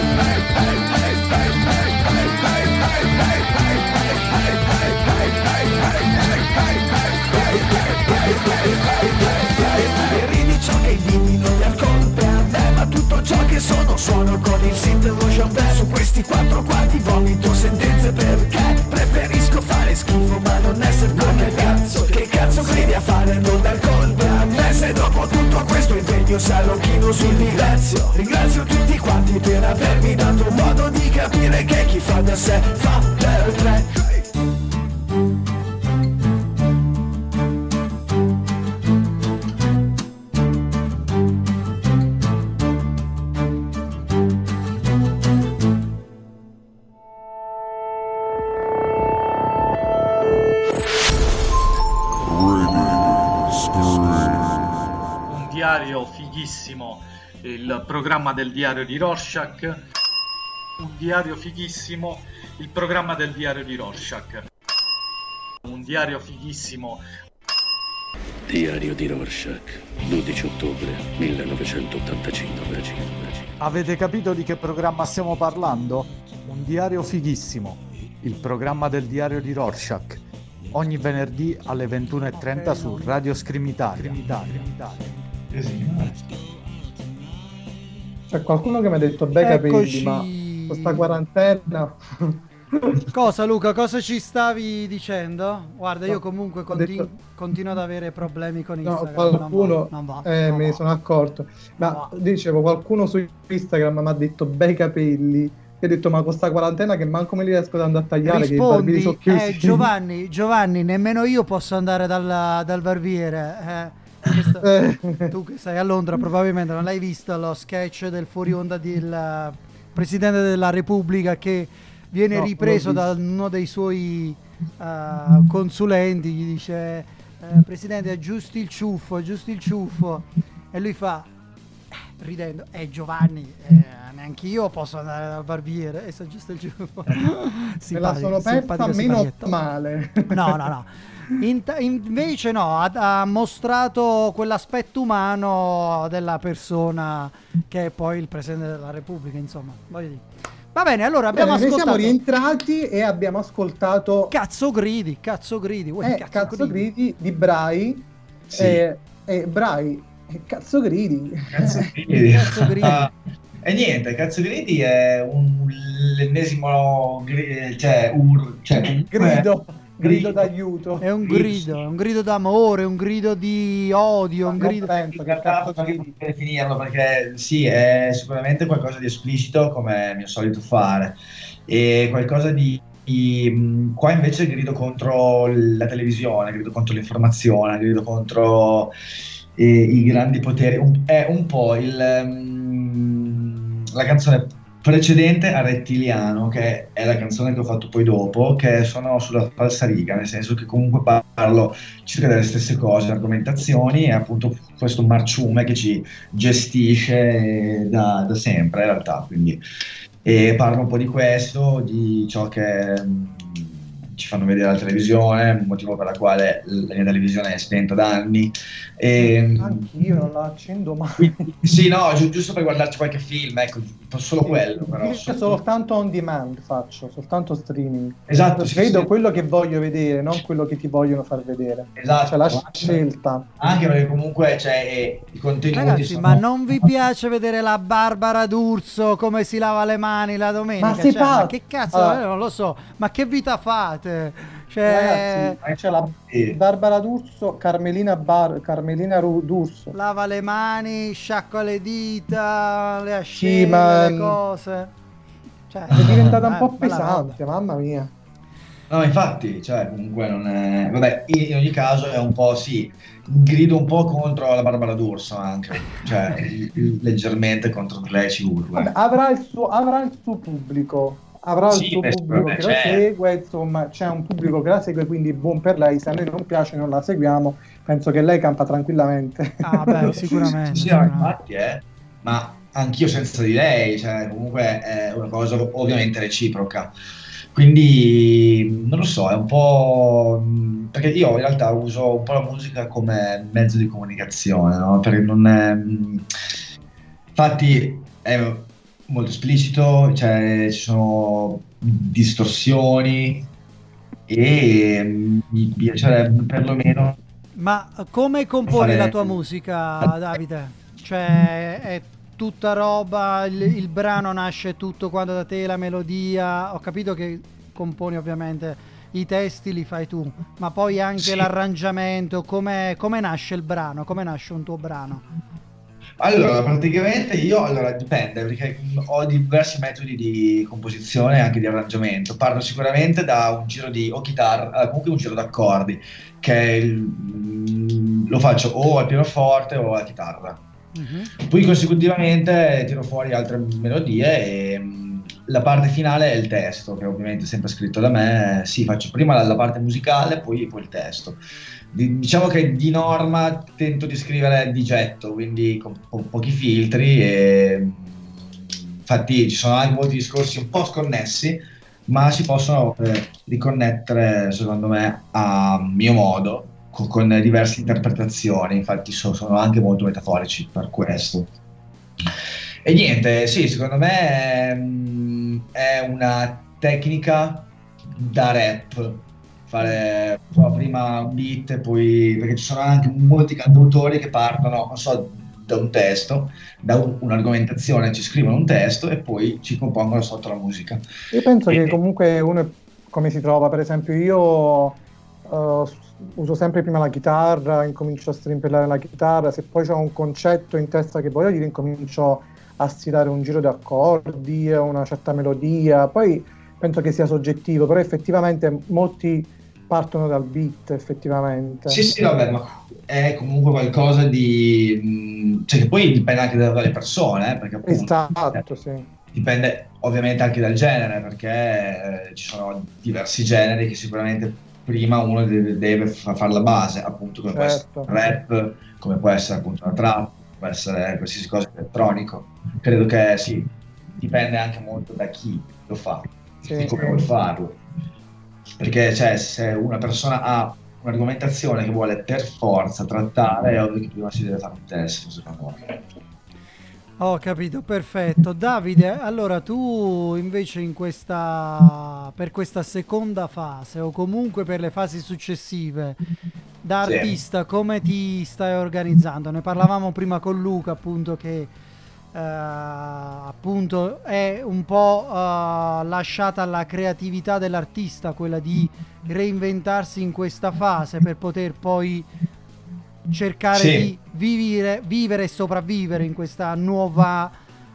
Ridi ciò che elimino gli alcol per me, ma tutto ciò che sono suono con il synth e lo jambè. Su questi quattro quarti vomito sentenze perché preferisco fare schifo ma non essere come cazzo. Che cazzo credi a fare non dar colpe a me, se dopo tutto questo impegno sarò chino sul ringrazio. Ringrazio tutti quanti per avermi dato un modo di capire che chi fa da sé fa per tre. Diario fighissimo, il programma del diario di Rorschach. Un diario fighissimo, il programma del diario di Rorschach. Un diario fighissimo. Diario di Rorschach, dodici ottobre millenovecentottantacinque. Avete capito di che programma stiamo parlando? Un diario fighissimo, il programma del diario di Rorschach. Ogni venerdì alle ventuno e trenta su Radio Scream Italia. C'è qualcuno che mi ha detto bei capelli, ma questa quarantena. Cosa, Luca? Cosa ci stavi dicendo? Guarda, io comunque continu- detto... continuo ad avere problemi con Instagram. No, qualcuno non va, non va, eh, non me ne va. sono accorto. Ma dicevo, qualcuno su Instagram mi ha detto bei capelli. Io ho detto, ma con sta quarantena che manco me li riesco ad andare a tagliare, Rispondi, che i barbini sono chiusi. Eh, Giovanni, Giovanni, nemmeno io posso andare dal, dal barbiere. Eh. Questo, tu che sei a Londra probabilmente non l'hai visto lo sketch del fuori onda del Presidente della Repubblica che viene no, ripreso da uno dei suoi uh, consulenti, gli dice eh, Presidente aggiusti il ciuffo, aggiusti il ciuffo, e lui fa eh, ridendo, eh Giovanni, eh, neanche io posso andare dal barbiere e si aggiusta il ciuffo. Me la sono persa meno male. No, no, no. In, invece no, ha, ha mostrato quell'aspetto umano della persona che è poi il Presidente della Repubblica, insomma, voglio dire. Va bene, allora abbiamo bene, ascoltato. Noi siamo rientrati e abbiamo ascoltato Cazzo gridi, cazzo gridi, uè, eh, cazzo, cazzo gridi. gridi di Brai. Sì. E, e Brai, e cazzo gridi. Cazzo gridi. Cazzo gridi. Ah, e niente, cazzo gridi è un l'ennesimo gri- cioè ur, cioè comunque- Grido. Grido d'aiuto. È un grido, è un grido d'amore, un grido di odio, un non grido... penso In che realtà cazzo potrei gridi. definirlo perché sì, è sicuramente qualcosa di esplicito come è mio solito fare, e qualcosa di, di mh, qua invece grido contro la televisione, grido contro l'informazione, grido contro eh, i grandi poteri. Un- è un po' il, mh, la canzone precedente a Rettiliano, che è la canzone che ho fatto poi dopo, che sono sulla falsariga, nel senso che comunque parlo circa delle stesse cose, argomentazioni, e appunto questo marciume che ci gestisce da, da sempre in realtà, quindi e parlo un po' di questo, di ciò che mh, ci fanno vedere alla televisione, un motivo per la quale la mia televisione è spenta da anni. E, anch'io non la accendo mai. Quindi, sì, no, gi- giusto per guardarci qualche film, ecco, solo quello. Però. Io soltanto on demand faccio, soltanto streaming. Esatto, sì, vedo sì. quello che voglio vedere, non quello che ti vogliono far vedere. Esatto. C'è la scelta. Anche perché comunque c'è eh, i contenuti. Ragazzi, sono... ma non vi piace vedere la Barbara D'Urso come si lava le mani la domenica? Ma si Cioè, fa- ma che cazzo, allora- eh, non lo so, ma che vita fate? Cioè, Ragazzi, c'è la Barbara D'Urso, Carmelina, Bar- Carmelina Ru- D'Urso. lava le mani, sciacqua le dita, le Sì, ascelle, ma- le cose. Cioè, È diventata un eh, po' bella pesante, mamma mia. No, infatti, cioè, comunque non è... Vabbè, in, in ogni caso è un po', sì, grido un po' contro la Barbara D'Urso anche, cioè, leggermente contro di lei ci urla. Vabbè, avrà il suo, avrà il suo pubblico, avrà Sì, il suo beh, pubblico vabbè, che la certo. segue, insomma, c'è un pubblico che la segue, quindi buon per lei. Se a noi non piace, non la seguiamo. Penso che lei campa tranquillamente. Ah, beh, sicuramente. Sì, sì, no, sicuramente. infatti, eh, ma anch'io senza di lei, cioè, comunque è una cosa ovviamente reciproca. Quindi non lo so, è un po'. mh, Perché io in realtà uso un po' la musica come mezzo di comunicazione, no? Perché non è. mh, Infatti è molto esplicito, cioè ci sono distorsioni e mh, mi piacerebbe perlomeno. Ma come componi Fare- la tua musica, Davide? Cioè, è tutta roba, il, il brano nasce tutto quando da te, la melodia. Ho capito che componi ovviamente i testi, li fai tu, ma poi anche Sì. l'arrangiamento, come, come nasce il brano, come nasce un tuo brano? Allora, praticamente io, allora dipende, perché mh, ho diversi metodi di composizione e anche di arrangiamento. Parto sicuramente da un giro di, o chitarra, eh, comunque un giro d'accordi, che è il- mh, lo faccio o al pianoforte o alla chitarra. Mhm. Poi consecutivamente tiro fuori altre melodie e mh, la parte finale è il testo, che ovviamente è sempre scritto da me. Sì, faccio prima la, la parte musicale, poi, poi il testo. Di- diciamo che di norma tento di scrivere di getto, quindi con po- pochi filtri e mh, infatti ci sono anche molti discorsi un po' sconnessi, ma si possono eh, riconnettere secondo me a mio modo, co- con diverse interpretazioni, infatti so- sono anche molto metaforici per questo. E niente, sì, secondo me mh, è una tecnica da rap, fare so, prima un beat e poi, perché ci sono anche molti cantautori che partono, non so, da un testo, da un- un'argomentazione, ci scrivono un testo e poi ci compongono sotto la musica. Io penso che E- comunque uno è- come si trova, per esempio io eh, uso sempre prima la chitarra, incomincio a strimpellare la chitarra, se poi ho un concetto in testa che voglio dire, incomincio a stilare un giro di accordi, una certa melodia, poi penso che sia soggettivo, però effettivamente molti partono dal beat, effettivamente. Sì, sì, vabbè, ma è comunque qualcosa di... mh, cioè che poi dipende anche da- dalle persone, eh, perché appunto Esatto, sì. dipende ovviamente anche dal genere, perché eh, ci sono diversi generi che sicuramente prima uno deve, deve fa- fare la base, appunto come può essere Certo. il rap, come può essere appunto la trap, può essere qualsiasi cosa elettronico. Credo che sì, dipende anche molto da chi lo fa, Sì. di come vuole farlo. Perché cioè, se una persona ha un'argomentazione che vuole per forza trattare, è ovvio che prima si deve fare un test, secondo me. Ho capito, perfetto. Davide, allora tu invece in questa, per questa seconda fase o comunque per le fasi successive, da Sì. artista come ti stai organizzando? Ne parlavamo prima con Luca, appunto, che eh, appunto è un po' eh, lasciata alla creatività dell'artista quella di reinventarsi in questa fase per poter poi cercare Sì. di vivere, vivere e sopravvivere in questa nuova,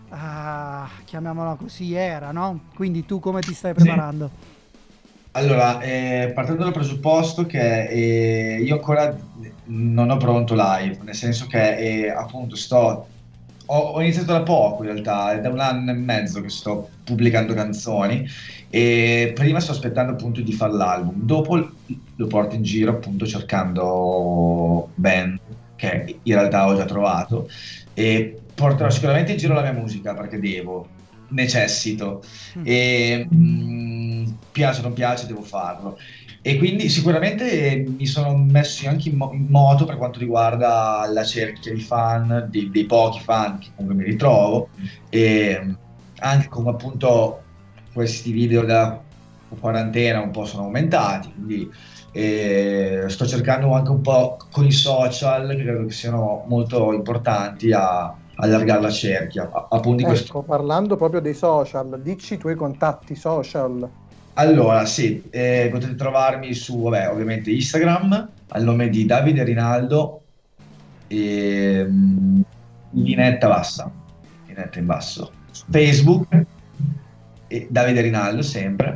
ah, chiamiamola così, era, no? Quindi tu come ti stai Sì. preparando? Allora, eh, partendo dal presupposto che eh, io ancora non ho pronto live, nel senso che eh, appunto sto ho, ho iniziato da poco in realtà, è da un anno e mezzo che sto pubblicando canzoni e prima sto aspettando appunto di fare l'album, dopo lo porto in giro appunto cercando band che in realtà ho già trovato e porterò sicuramente in giro la mia musica perché devo, necessito e mh, piace o non piace devo farlo. E quindi sicuramente mi sono messo anche in, mo- in moto per quanto riguarda la cerchia di fan, dei, dei pochi fan che comunque mi ritrovo, e anche come appunto questi video da quarantena un po' sono aumentati, quindi eh, sto cercando anche un po' con i social, che credo che siano molto importanti a allargare la cerchia. A- appunto di Ecco, questo. parlando proprio dei social, dici i tuoi contatti social. Allora, sì, eh, potete trovarmi su, vabbè, ovviamente Instagram, al nome di Davide Rinaldo, e mm, linetta bassa, linetta in basso. Su Facebook, e Davide Rinaldo sempre.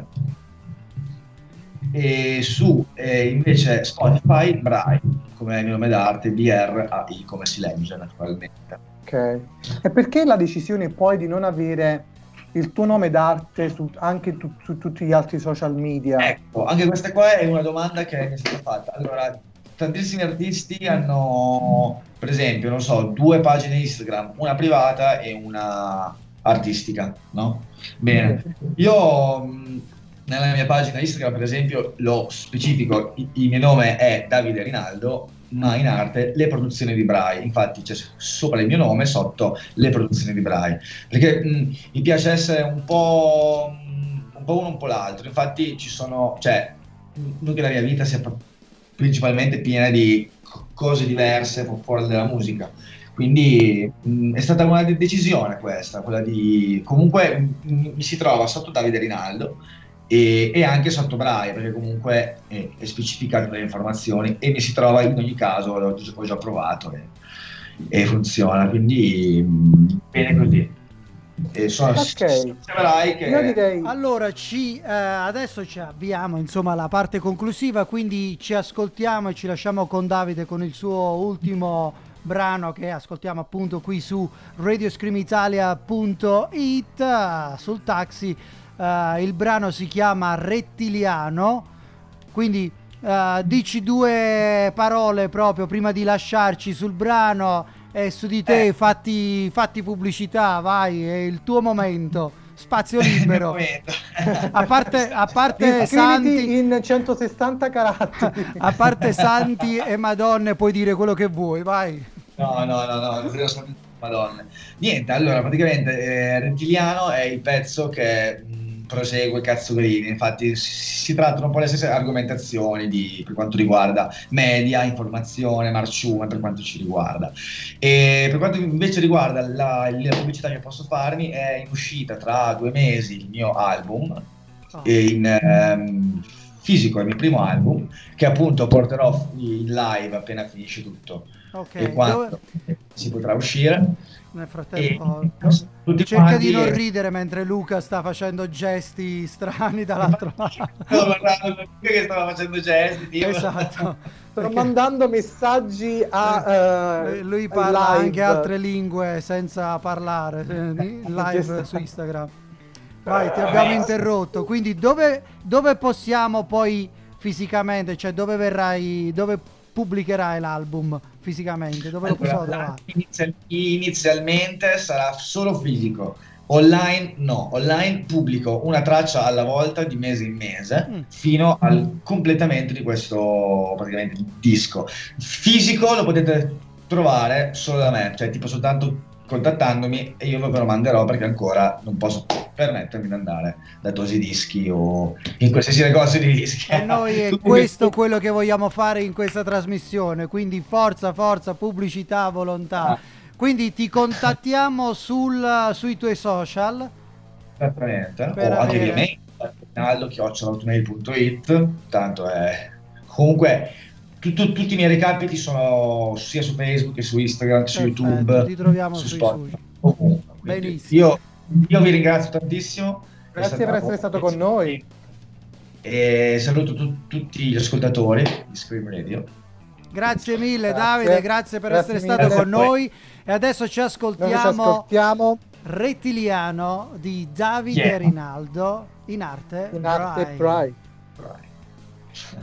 E su eh, invece Spotify, Brai, come il mio nome d'arte, B R A I, come si legge naturalmente. Ok. E perché la decisione poi di non avere il tuo nome d'arte su, anche tu, su tutti gli altri social media? Ecco, anche questa qua è una domanda che mi è stata fatta. Allora, tantissimi artisti hanno, per esempio, non so, due pagine Instagram, una privata e una artistica, no? Bene, io mh, nella mia pagina Instagram, per esempio, lo specifico, il, il mio nome è Davide Rinaldo, ma in arte le produzioni di Brai, infatti c'è sopra il mio nome, sotto le produzioni di Brai, perché mh, mi piace essere un po' un po' uno un po' l'altro, infatti ci sono, cioè, non che la mia vita sia principalmente piena di cose diverse fu- fuori dalla musica, quindi mh, è stata una de- decisione questa, quella di, comunque mh, mi si trova sotto Davide Rinaldo, e, e anche sotto Brai, perché comunque è, è specificato nelle informazioni e mi si trova in ogni caso, l'ho, ho già provato e, e funziona, quindi mh, bene così. E sono Ok. Brai che... Io direi Allora, ci, eh, adesso ci avviamo insomma alla parte conclusiva, quindi ci ascoltiamo e ci lasciamo con Davide con il suo ultimo brano che ascoltiamo appunto qui su radio scream italia punto it, eh, sul Taxi. Uh, il brano si chiama Rettiliano, quindi uh, dici due parole proprio prima di lasciarci sul brano e su di te, Eh. fatti, fatti pubblicità, vai, è il tuo momento, spazio libero. momento. a parte, a parte iscriviti Santi, in centosessanta caratteri. a parte Santi e Madonne puoi dire quello che vuoi, vai. No, no, no, no, non credo solamente Madonna. Niente, allora praticamente eh, Rettiliano è il pezzo che mh, prosegue Cazzolini, infatti si, si trattano un po' le stesse argomentazioni di, per quanto riguarda media, informazione, marciume per quanto ci riguarda. E per quanto invece riguarda la, la pubblicità che posso farmi, è in uscita tra due mesi il mio album, Oh. e in ehm, fisico, è il mio primo album, che appunto porterò in live appena finisce tutto. Ok, E quando dove- si potrà uscire. nel frattempo E tutti cerca quanti- di non ridere mentre Luca sta facendo gesti strani dall'altro lato. Stavo guardando Luca che stava facendo gesti, tipo. Esatto. Sto Perché- mandando messaggi a Eh, eh, lui parla live. anche altre lingue senza parlare, eh, di- live su Instagram. Vai, ti abbiamo interrotto. Quindi dove, dove possiamo poi fisicamente, cioè dove verrai, dove pubblicherai l'album fisicamente? Dove lo possiamo Allora, trovare? inizial- inizialmente sarà solo fisico. Online no, online pubblico una traccia alla volta di mese in mese Mm. fino al completamento di questo praticamente disco. Fisico lo potete trovare solo da me, cioè tipo soltanto contattandomi e io ve lo manderò perché ancora non posso permettermi di andare da Tosi Dischi o in qualsiasi negozio di dischi. E noi è Tutti questo questi- quello che vogliamo fare in questa trasmissione, quindi forza, forza, pubblicità, volontà. Ah. Quindi ti contattiamo sul, sui tuoi social. Esattamente, Per o anche avere- via mail, rinaldo chiocciola hotmail punto it, tanto è... Comunque tu- tu- tutti i miei recapiti sono sia su Facebook che su Instagram, che su Perfetto, YouTube, ti troviamo su sui Spotify, sui. ovunque. Quindi Benissimo. Io, io vi ringrazio tantissimo. È Grazie per stata- essere stato con noi. E saluto tu- tutti gli ascoltatori di Scream Radio. Grazie mille Grazie. Davide, grazie per Grazie essere mille. stato con Poi. noi e adesso ci ascoltiamo, Noi ci ascoltiamo Rettiliano di Davide Yeah. Rinaldo in arte in arte Braille. Pride.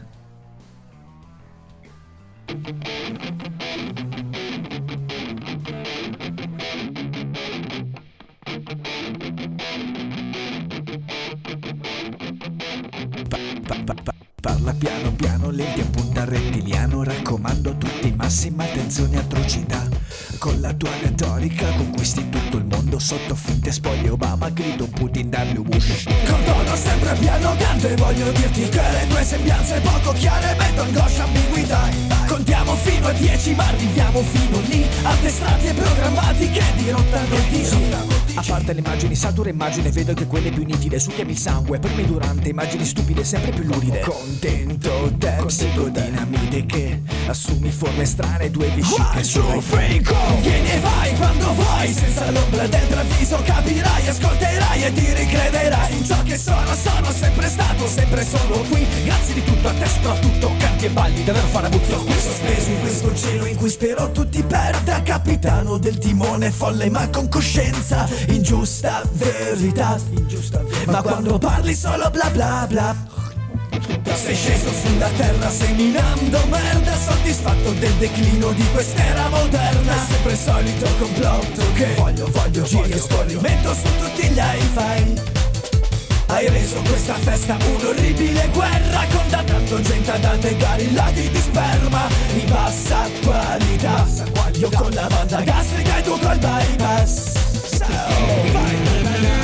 Pa- pa- pa- Parla piano piano, lenti a punta rettiliano. Raccomando a tutti massima attenzione e atrocità. Con la tua retorica conquisti tutto il mondo. Sotto finte spogli Obama, grido Putin W Bush. Con tono sempre pianogante voglio dirti che le tue sembianze poco chiare metto angoscia, ambiguità. Contiamo fino a dieci ma arriviamo fino lì. Addestrati e programmati che dirottano il tiro. A parte le immagini sature, immagine vedo che quelle più nitide. Succhiami il sangue, prima e durante, immagini stupide sempre più luride. Contento te psicodinamite che assumi forme strane, due vesciche sulle freako. Vieni e vai quando vuoi, senza l'ombra del preavviso capirai, ascolterai e ti ricrederai in ciò che sono, sono sempre stato, sempre sono qui. Grazie di tutto a te, soprattutto canti e balli, davvero fare butto. Sospeso in questo cielo in cui spero tu ti perda, capitano del timone folle ma con coscienza. Ingiusta verità, ingiusta verità. Ma quando parli solo bla bla bla. Sei sceso sulla terra seminando merda, soddisfatto del declino di quest'era moderna. È sempre il solito complotto che voglio, voglio, giri e scorrimento su tutti gli hi-fi. Hai reso questa festa un'orribile guerra, condannando gente ad annegare i laghi di sperma di bassa qualità. Io con la banda gastrica e tu col bypass. So, vai.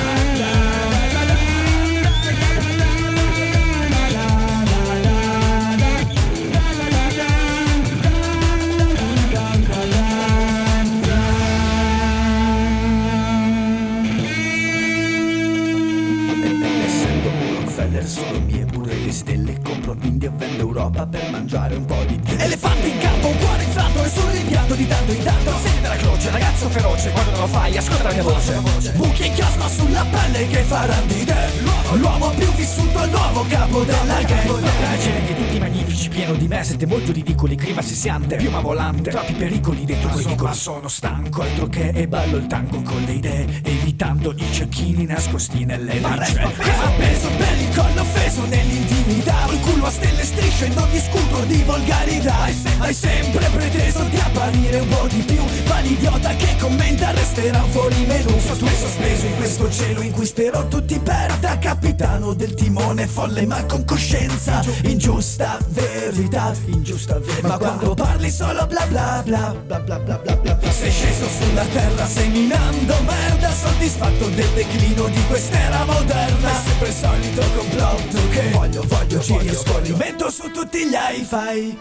Solo mie pure le stelle, compro India e vendo Europa per mangiare un po' di più. Elefanti in campo, un cuore infranto, nessun rimpianto di tanto in tanto. Segni della croce, ragazzo feroce, quando non lo fai ascolta la mia voce. Buchi in chiasma sulla pelle che faranno di te l'uomo, l'uomo più vissuto, il nuovo capo della gang. Generi tutti magnifici, pieno di me, siete molto ridicoli, clima sessiante, piuma volante, troppi pericoli dentro quei vicoli. Sono stanco, altro che e ballo il tango con le idee, evitando i cecchini nascosti nelle trincee. Appeso per il collo offeso nell'intimità, il culo a stelle strisce, non discuto di volgarità. Hai, se- hai sempre preteso di apparire un po' di più, ma l'idiota che commenta resterà fuori menù. Sospeso, sospeso in questo cielo in cui spero tu ti perda, capitano del timone folle ma con coscienza. Ingiusta verità, ingiusta verità. Ma quando parli solo bla bla bla bla bla bla bla bla bla. Sei sceso sulla terra seminando merda, soddisfatto del declino di quest'era moderna. È sempre il solito complotto che voglio, voglio, giri e scorrimento su tutti gli hi-fi.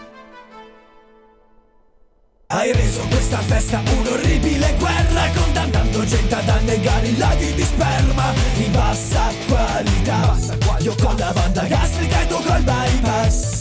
Hai reso questa festa un'orribile guerra, condannando gente ad annegare i laghi di sperma di bassa qualità. Io con la banda gastrica e tu col bypass.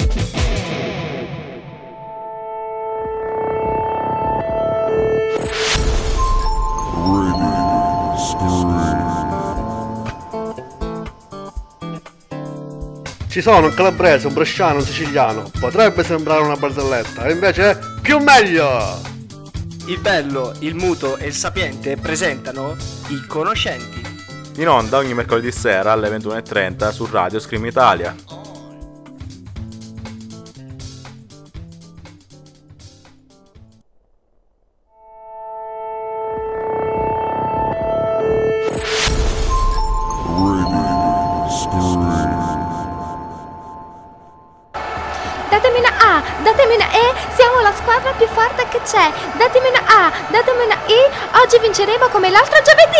Ci sono un calabrese, un bresciano, un siciliano. Potrebbe sembrare una barzelletta, e invece è più meglio! Il bello, il muto e il sapiente presentano I Conoscenti. In onda ogni mercoledì sera alle ventuno e trenta su Radio Scream Italia. Datemi una A, datemi una E, siamo la squadra più forte che c'è. Datemi una A, datemi una I, oggi vinceremo come l'altro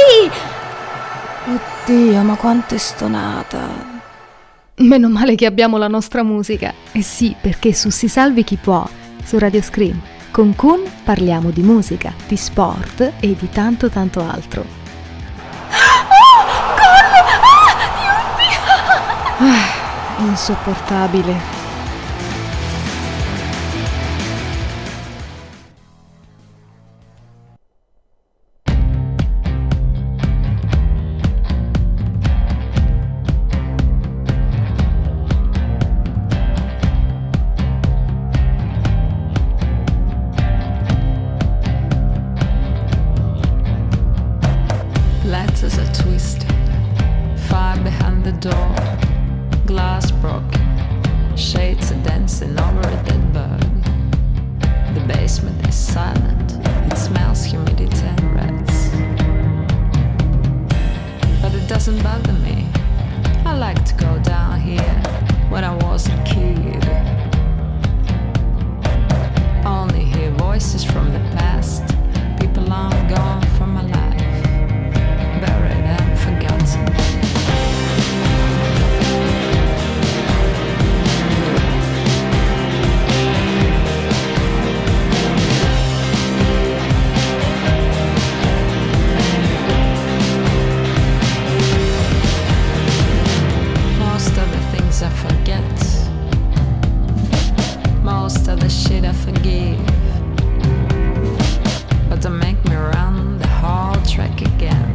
giovedì. Oddio, ma quanto è stonata. Meno male che abbiamo la nostra musica. Eh sì, perché su Si Salvi Chi Può, su Radio Scream, con Kun parliamo di musica, di sport e di tanto tanto altro. Oh, gol! Ah, oddio! Ah, insopportabile. right behind the door. Glass broken, shades are dancing over a dead bird. The basement is silent, it smells humidity and rats. But it doesn't bother me, I like to go down here when I was a kid. Only hear voices from the past, people long gone from my life, buried and forgotten. Most of the things I forget, most of the shit I forgive, but don't make me run the whole track again.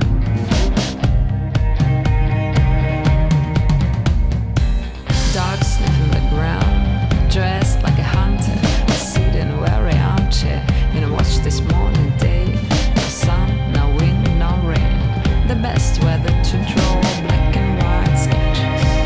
Dog sniffing the ground, dressed like a hunter, sitting in a weary armchair, and I watch this morning day. No sun, no wind, no rain, the best weather to draw black and white sketches.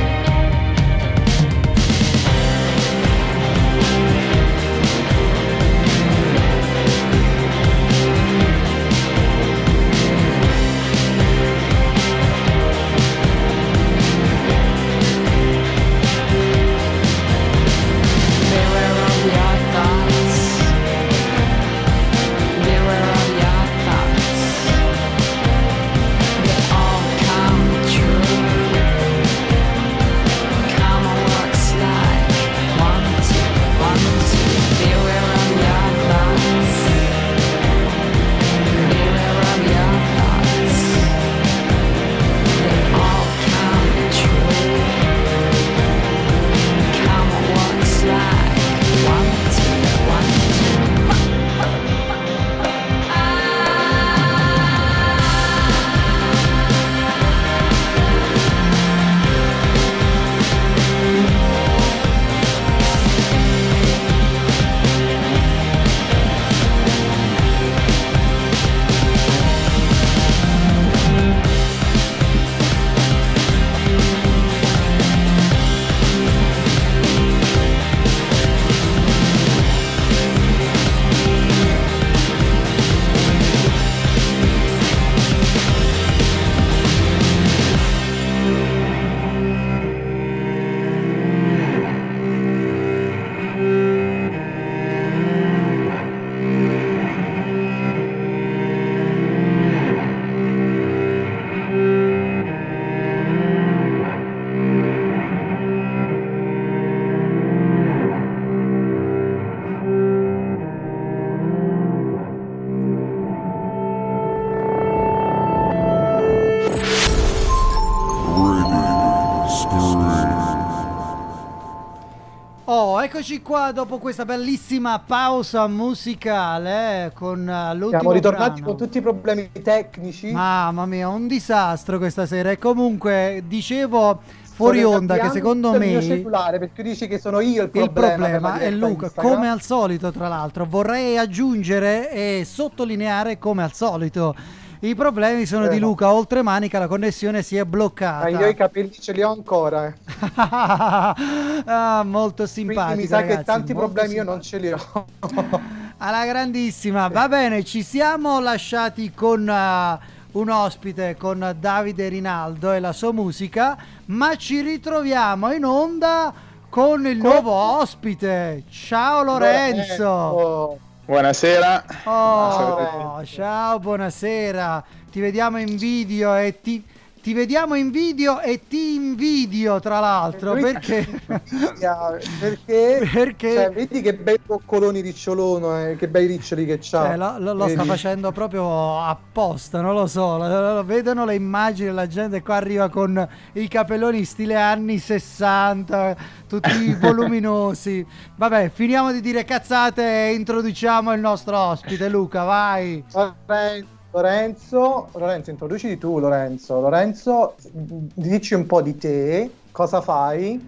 Eccoci qua dopo questa bellissima pausa musicale eh, con uh, l'ultimo Siamo ritornati brano. con tutti i problemi tecnici. Mamma mia, un disastro questa sera. E comunque dicevo fuori onda che secondo me il mio cellulare, perché dici che sono io il problema. Il problema è Luca, Instagram. come al solito tra l'altro. Vorrei aggiungere e sottolineare come al solito i problemi sono eh, di Luca, oltre manica la connessione si è bloccata. Ma io i capelli ce li ho ancora. Eh. Ah, molto simpatico. Quindi mi sa ragazzi, che tanti problemi simpatico. io non ce li ho. Alla grandissima, va bene, ci siamo lasciati con uh, un ospite, con Davide Rinaldo e la sua musica, ma ci ritroviamo in onda con il nuovo ospite. Ciao Lorenzo. Lorenzo. Buonasera. Oh, ciao, buonasera. Ti vediamo in video e ti, ti vediamo in video e ti invidio tra l'altro. Perché? Perché? Perché? Cioè, vedi che bei coccoloni ricciolono, eh, che bei riccioli che c'ha. Eh, lo lo, lo sta facendo proprio apposta, non lo so. Lo, lo, lo vedono le immagini, la gente qua arriva con i capelloni stile anni sessanta, tutti voluminosi. Vabbè, finiamo di dire cazzate e introduciamo il nostro ospite. Luca, vai. Lorenzo, Lorenzo, introduciti tu, Lorenzo. Lorenzo, dici un po' di te, cosa fai?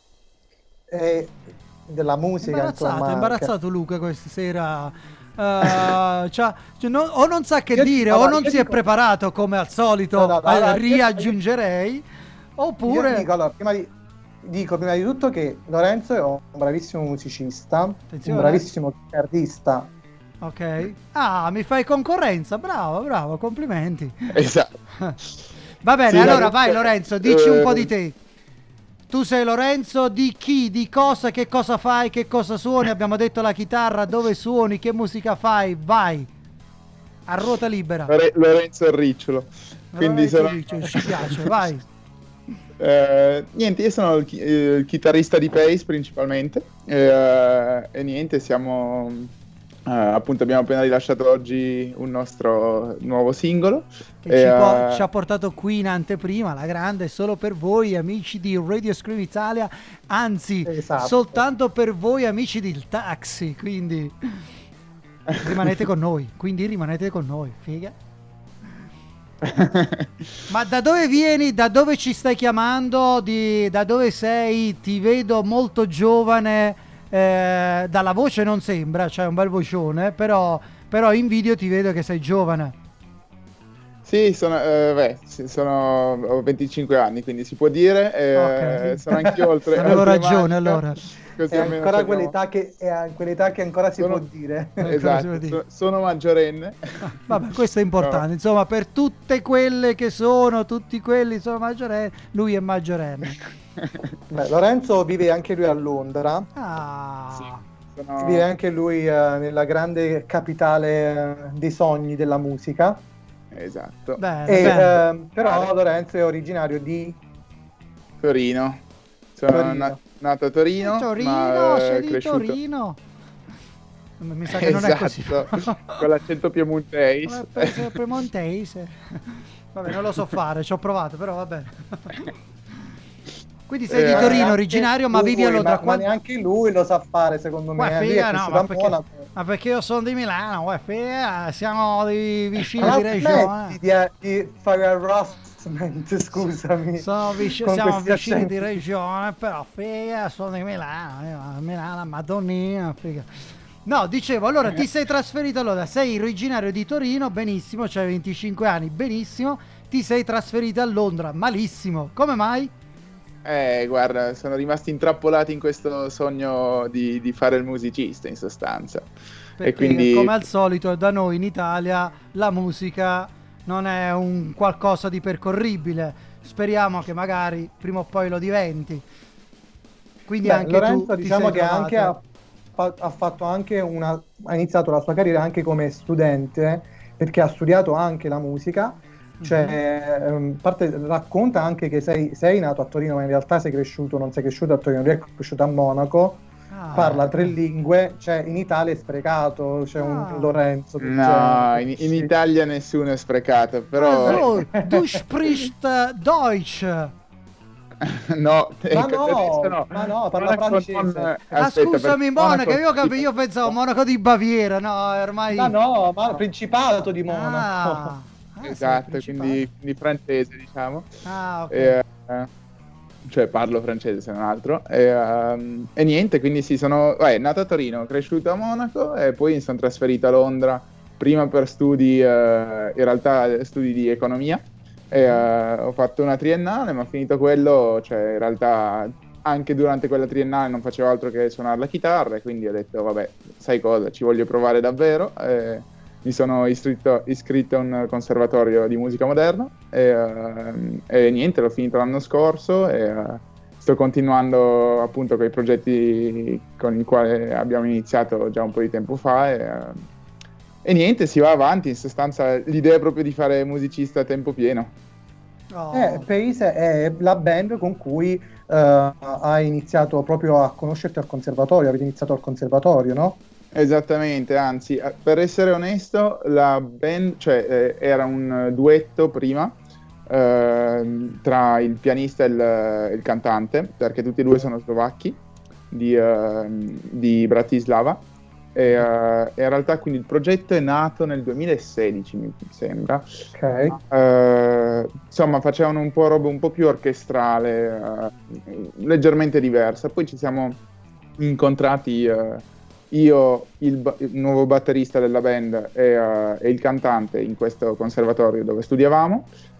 E della musica, imbarazzato, insomma. imbarazzato che... Luca questa sera. Uh, cioè, cioè, no, o non sa che io dire, dico, o non si dico... è preparato come al solito. No, no, no, eh, no, riaggiungerei. Oppure... Io dico, allora, prima di, dico prima di tutto che Lorenzo è un bravissimo musicista, Attenzione. un bravissimo chitarrista. Ok. Ah, mi fai concorrenza, bravo, bravo, complimenti. Esatto. Va bene, Sì, allora la- vai Lorenzo, dici un po' eh, di te. Tu sei Lorenzo, di chi, di cosa, che cosa fai, che cosa suoni? Abbiamo detto la chitarra, dove suoni, che musica fai? Vai. A ruota libera. Lore- Lorenzo il Ricciolo. Quindi Lorenzo sono... dice, ci piace, vai. Eh, niente, io sono il, chi- eh, il chitarrista di Pace principalmente eh, e niente, siamo eh, appunto abbiamo appena rilasciato oggi un nostro nuovo singolo Che e, ci, po- eh, ci ha portato qui in anteprima, la grande, solo per voi amici di Radio Scream Italia, anzi Esatto. soltanto per voi amici del taxi, quindi rimanete con noi, quindi rimanete con noi, figa. Ma da dove vieni? Da dove ci stai chiamando? Di, da dove sei? Ti vedo molto giovane, eh, dalla voce non sembra, c'è un bel vocione, però, però in video ti vedo che sei giovane. sì, sono, eh, beh, sì, sono ho venticinque anni, quindi si può dire, eh, Ok. sono anche oltre. Avevo oltre ragione, manica, allora. così È almeno ancora sappiamo- quell'età che, è quell'età che ancora si Sono- può dire. Esatto, so- sono maggiorenne. Vabbè, questo è importante, insomma, per tutte quelle che sono, tutti quelli sono maggiorenni, lui è maggiorenne. Beh, Lorenzo vive anche lui a Londra. Ah. Sono- Vive anche lui eh, nella grande capitale eh, dei sogni della musica. Esatto. Bene, E, bene. ehm, però Lorenzo è originario di Torino. Sono Torino. na- nato a Torino, Torino, ma eh, sei di cresciuto... Torino. Mi sa che non è così. Esatto, con l'accento piemontese. Come penso piemontese. Vabbè, non lo so fare, ci ho provato, però va bene. Quindi sei di Eh, Torino, neanche originario, ma lui, vivi a Londra. Ma, ma Quanto- neanche lui lo sa fare, secondo me. Guarda, Lui è figa, no, cresciuto ma a perché, Monaco. ma perché io sono di Milano, guarda, figa, siamo di vicini Ma di regione. smetti di, di fare harassment, scusami. Sono vici- con siamo questi vicini accenti. di regione, però figa, sono di Milano, io a Milano, Madonnina, figa. No, dicevo, allora ti sei trasferito, allora sei originario di Torino, benissimo, c'hai venticinque anni, benissimo, ti sei trasferito a Londra, malissimo, come mai? Eh, guarda, sono rimasti intrappolati in questo sogno di, di fare il musicista, in sostanza. Perché e quindi... come al solito da noi in Italia la musica non è un qualcosa di percorribile, speriamo che magari prima o poi lo diventi. Quindi Beh, anche Lorenzo tu ti diciamo sei che trovato- anche ha, fa- ha fatto anche una ha iniziato la sua carriera anche come studente, perché ha studiato anche la musica, cioè ehm, parte, racconta anche che sei, sei nato a Torino, ma in realtà sei cresciuto, non sei cresciuto a Torino, lui è cresciuto a Monaco, Ah. parla tre lingue, cioè in Italia è sprecato, c'è un Lorenzo del No, genere. in, in Italia nessuno è sprecato, però... So, du sprichst Deutsch. no, Ma ecco, no, tedesco no. ma no, parla Monaco francese. non- Ah, aspetta, scusami, per- Monaco, io, capi- io pensavo Monaco di Baviera, no, ormai... Ma no, ma Principato di Monaco. Ah, esatto, quindi, quindi francese, diciamo. ah, ok. E, eh, cioè parlo francese se non altro. E, ehm, e niente, quindi sì, sono eh, nato a Torino, cresciuto a Monaco e poi mi sono trasferito a Londra, prima per studi, eh, in realtà studi di economia. E, eh, ho fatto una triennale, ma finito quello, cioè in realtà anche durante quella triennale non facevo altro che suonare la chitarra e quindi ho detto vabbè, sai cosa, ci voglio provare davvero. E mi sono iscritto, iscritto a un conservatorio di musica moderna e, eh, e niente, l'ho finito l'anno scorso e eh, sto continuando appunto con i progetti con i quali abbiamo iniziato già un po' di tempo fa e, eh, e niente, si va avanti, in sostanza l'idea è proprio di fare musicista a tempo pieno. Oh. Eh, Pace è la band con cui eh, hai iniziato proprio a conoscerti al conservatorio, avete iniziato al conservatorio, no? Esattamente, anzi, eh, per essere onesto, la band, cioè, eh, era un duetto prima eh, tra il pianista e il, il cantante, perché tutti e due sono slovacchi di, eh, di Bratislava. E, eh, e in realtà quindi il progetto è nato nel duemilasedici, mi sembra. Ok. Eh, insomma, facevano un po' roba un po' più orchestrale, eh, leggermente diversa. Poi ci siamo incontrati. Eh, io, il, ba- il nuovo batterista della band e, uh, e il cantante in questo conservatorio dove studiavamo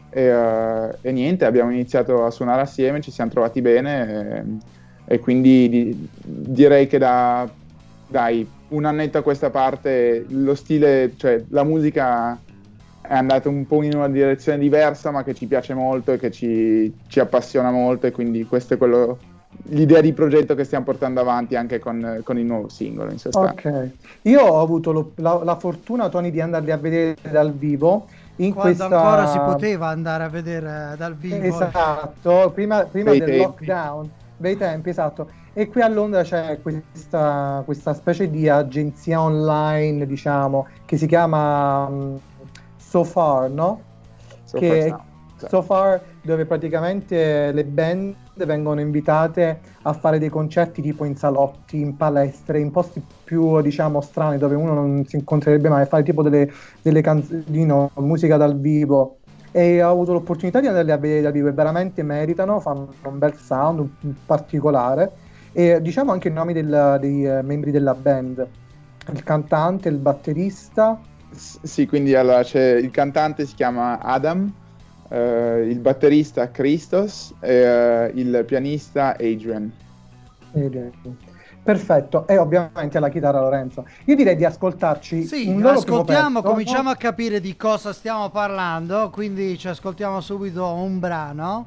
e, eh, e niente, abbiamo iniziato a suonare assieme, ci siamo trovati bene e, e quindi di, direi che da dai un annetto a questa parte lo stile, cioè la musica è andata un po' in una direzione diversa, ma che ci piace molto e che ci, ci appassiona molto, e quindi questo è quello, l'idea di progetto che stiamo portando avanti anche con, con il nuovo singolo, in sostanza. Ok, io ho avuto lo, la, la fortuna, Tony, di andarli a vedere dal vivo in Quando questa... ancora si poteva andare a vedere dal vivo. Esatto, prima, prima Bei del tempi. lockdown, bei tempi, esatto. E qui a Londra c'è questa, questa specie di agenzia online, diciamo, che si chiama um, So Far, no? So che Far Sound. So Far, dove praticamente le band vengono invitate a fare dei concerti tipo in salotti, in palestre, in posti più, diciamo, strani, dove uno non si incontrerebbe mai, a fare tipo delle, delle canzoni, no, musica dal vivo. E ho avuto l'opportunità di andarli a vedere dal vivo e veramente meritano, fanno un bel sound, un, un particolare. E diciamo anche i nomi del, dei eh, membri della band: il cantante, il batterista. S- sì, quindi allora c'è il cantante, si chiama Adam, eh, il batterista Christos e eh, il pianista Adrian. Adrian. Perfetto, e ovviamente la chitarra Lorenzo. Io direi di ascoltarci Sì, un loro primo ascoltiamo, pezzo, cominciamo no? a capire di cosa stiamo parlando, quindi ci ascoltiamo subito un brano.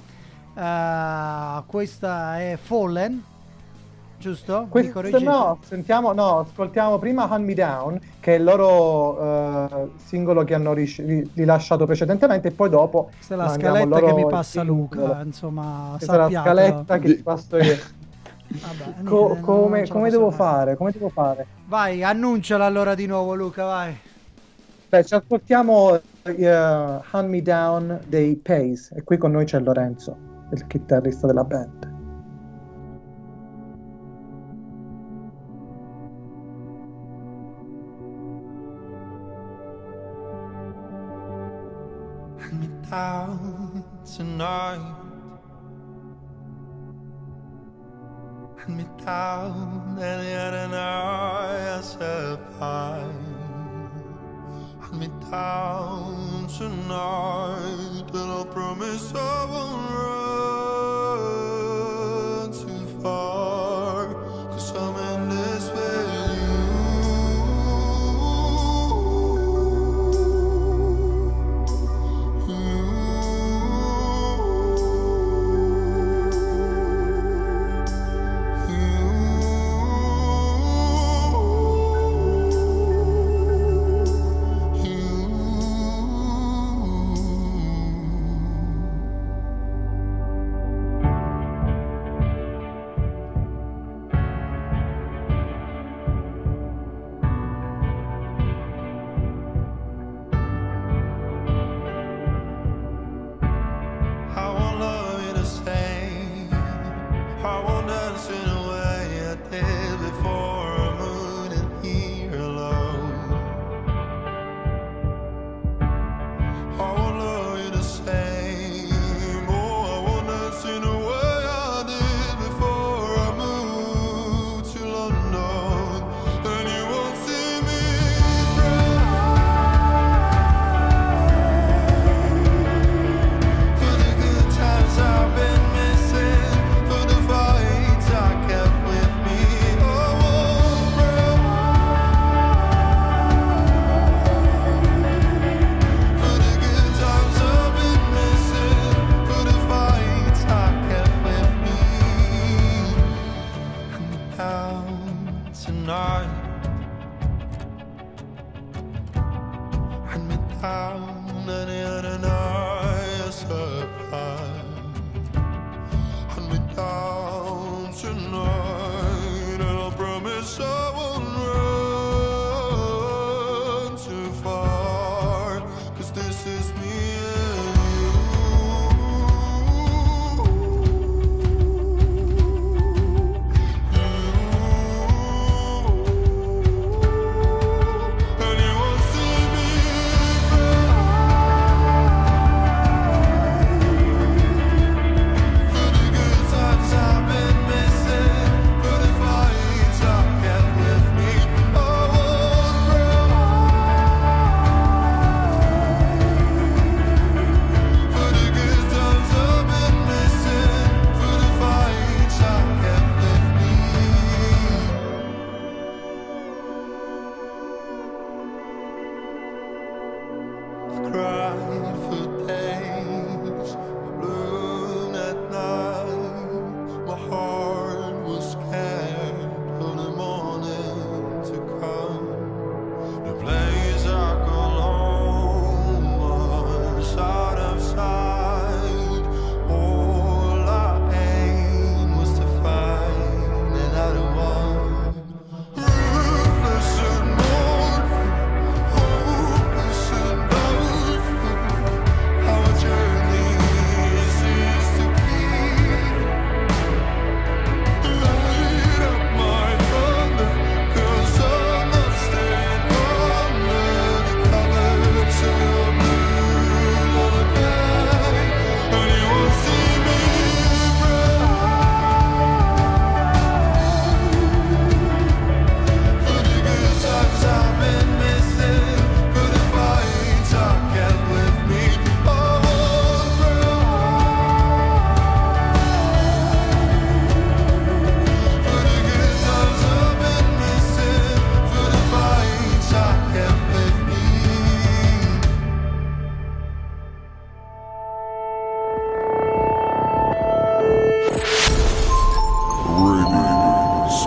Uh, questa è Fallen, giusto? Mi Questo correggete? no, sentiamo, no, ascoltiamo prima Hunt Me Down, che è il loro eh, singolo che hanno ris- ri- rilasciato precedentemente, e poi dopo Questa è la mandiamo scaletta loro che mi il passa singolo. Luca, insomma, Questa è la sappiatelo. scaletta che ti passo io. Vabbè, Co- niente, come non ce la come devo possiamo fare? Come devo fare? Vai, annunciala allora di nuovo, Luca, vai. Beh, ci ascoltiamo uh, Hunt Me Down dei Pace, e qui con noi c'è Lorenzo, il chitarrista della band. Hunt me down tonight. Hunt me down and the other night I set fire. Hunt me down tonight, and I promise I won't run too far, 'cause I'm in this with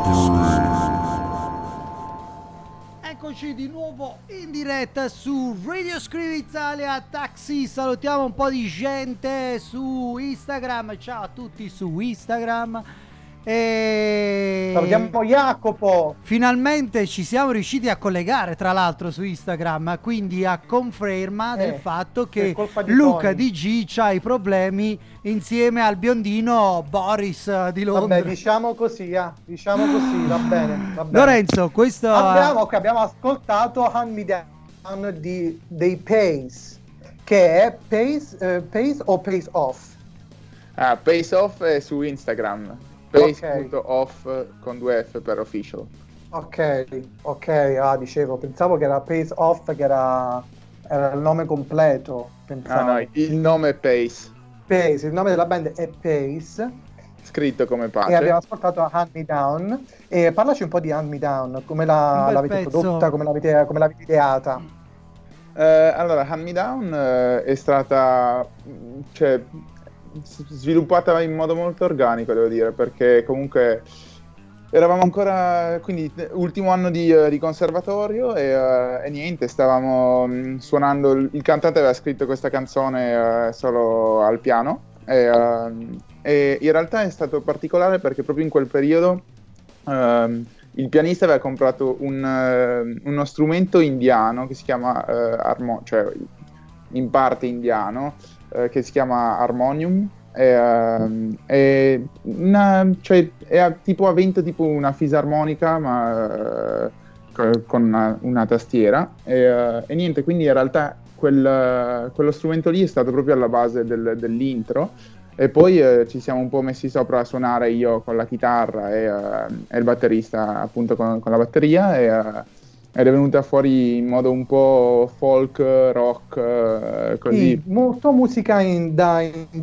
Eccoci di nuovo in diretta su Radio Scream Italia Taxi. Salutiamo un po' di gente su Instagram. Ciao a tutti su Instagram. E salutiamo Jacopo. Finalmente ci siamo riusciti a collegare, tra l'altro, su Instagram, quindi a conferma del Eh, fatto per che colpa di Luca Tony. D G c'ha i problemi insieme al biondino Boris eh, di Londra. Vabbè, diciamo così, ah, diciamo così, va bene, va bene. Lorenzo, questo Abbiamo, ok, abbiamo ascoltato Hand Me Down di, dei Pace, che è Pace, eh, Pace o Pace Off? Ah, Pace Off è su Instagram. Pace.off con due F per official. Ok, ok, ah, dicevo, pensavo che era Pace Off, che era, era il nome completo. Pensavo. Ah, no, il nome è Pace. Pace, il nome della band è Pace. Scritto come pace. E abbiamo ascoltato Hand Me Down. E parlaci un po' di Hand Me Down, come la, Un bel l'avete pezzo. prodotta, come l'avete, come l'avete ideata. Eh, allora, Hand Me Down eh, è stata mh, cioè, s- sviluppata in modo molto organico, devo dire, perché comunque eravamo ancora, quindi, ultimo anno di, eh, di conservatorio e, eh, e niente, stavamo mh, suonando, il, il cantante aveva scritto questa canzone eh, solo al piano e, ehm, e in realtà è stato particolare perché proprio in quel periodo ehm, il pianista aveva comprato un, eh, uno strumento indiano che si chiama eh, armo- cioè in parte indiano, eh, che si chiama armonium. E, ehm, è, una, cioè, è a- tipo avento tipo una fisarmonica ma eh, co- con una, una tastiera e, eh, e niente, quindi in realtà quel, quello strumento lì è stato proprio alla base del- dell'intro e poi eh, ci siamo un po' messi sopra a suonare io con la chitarra e, eh, e il batterista appunto con, con la batteria e, eh, ed è venuta fuori in modo un po' folk, rock, eh, così. Sì, molto musica in, da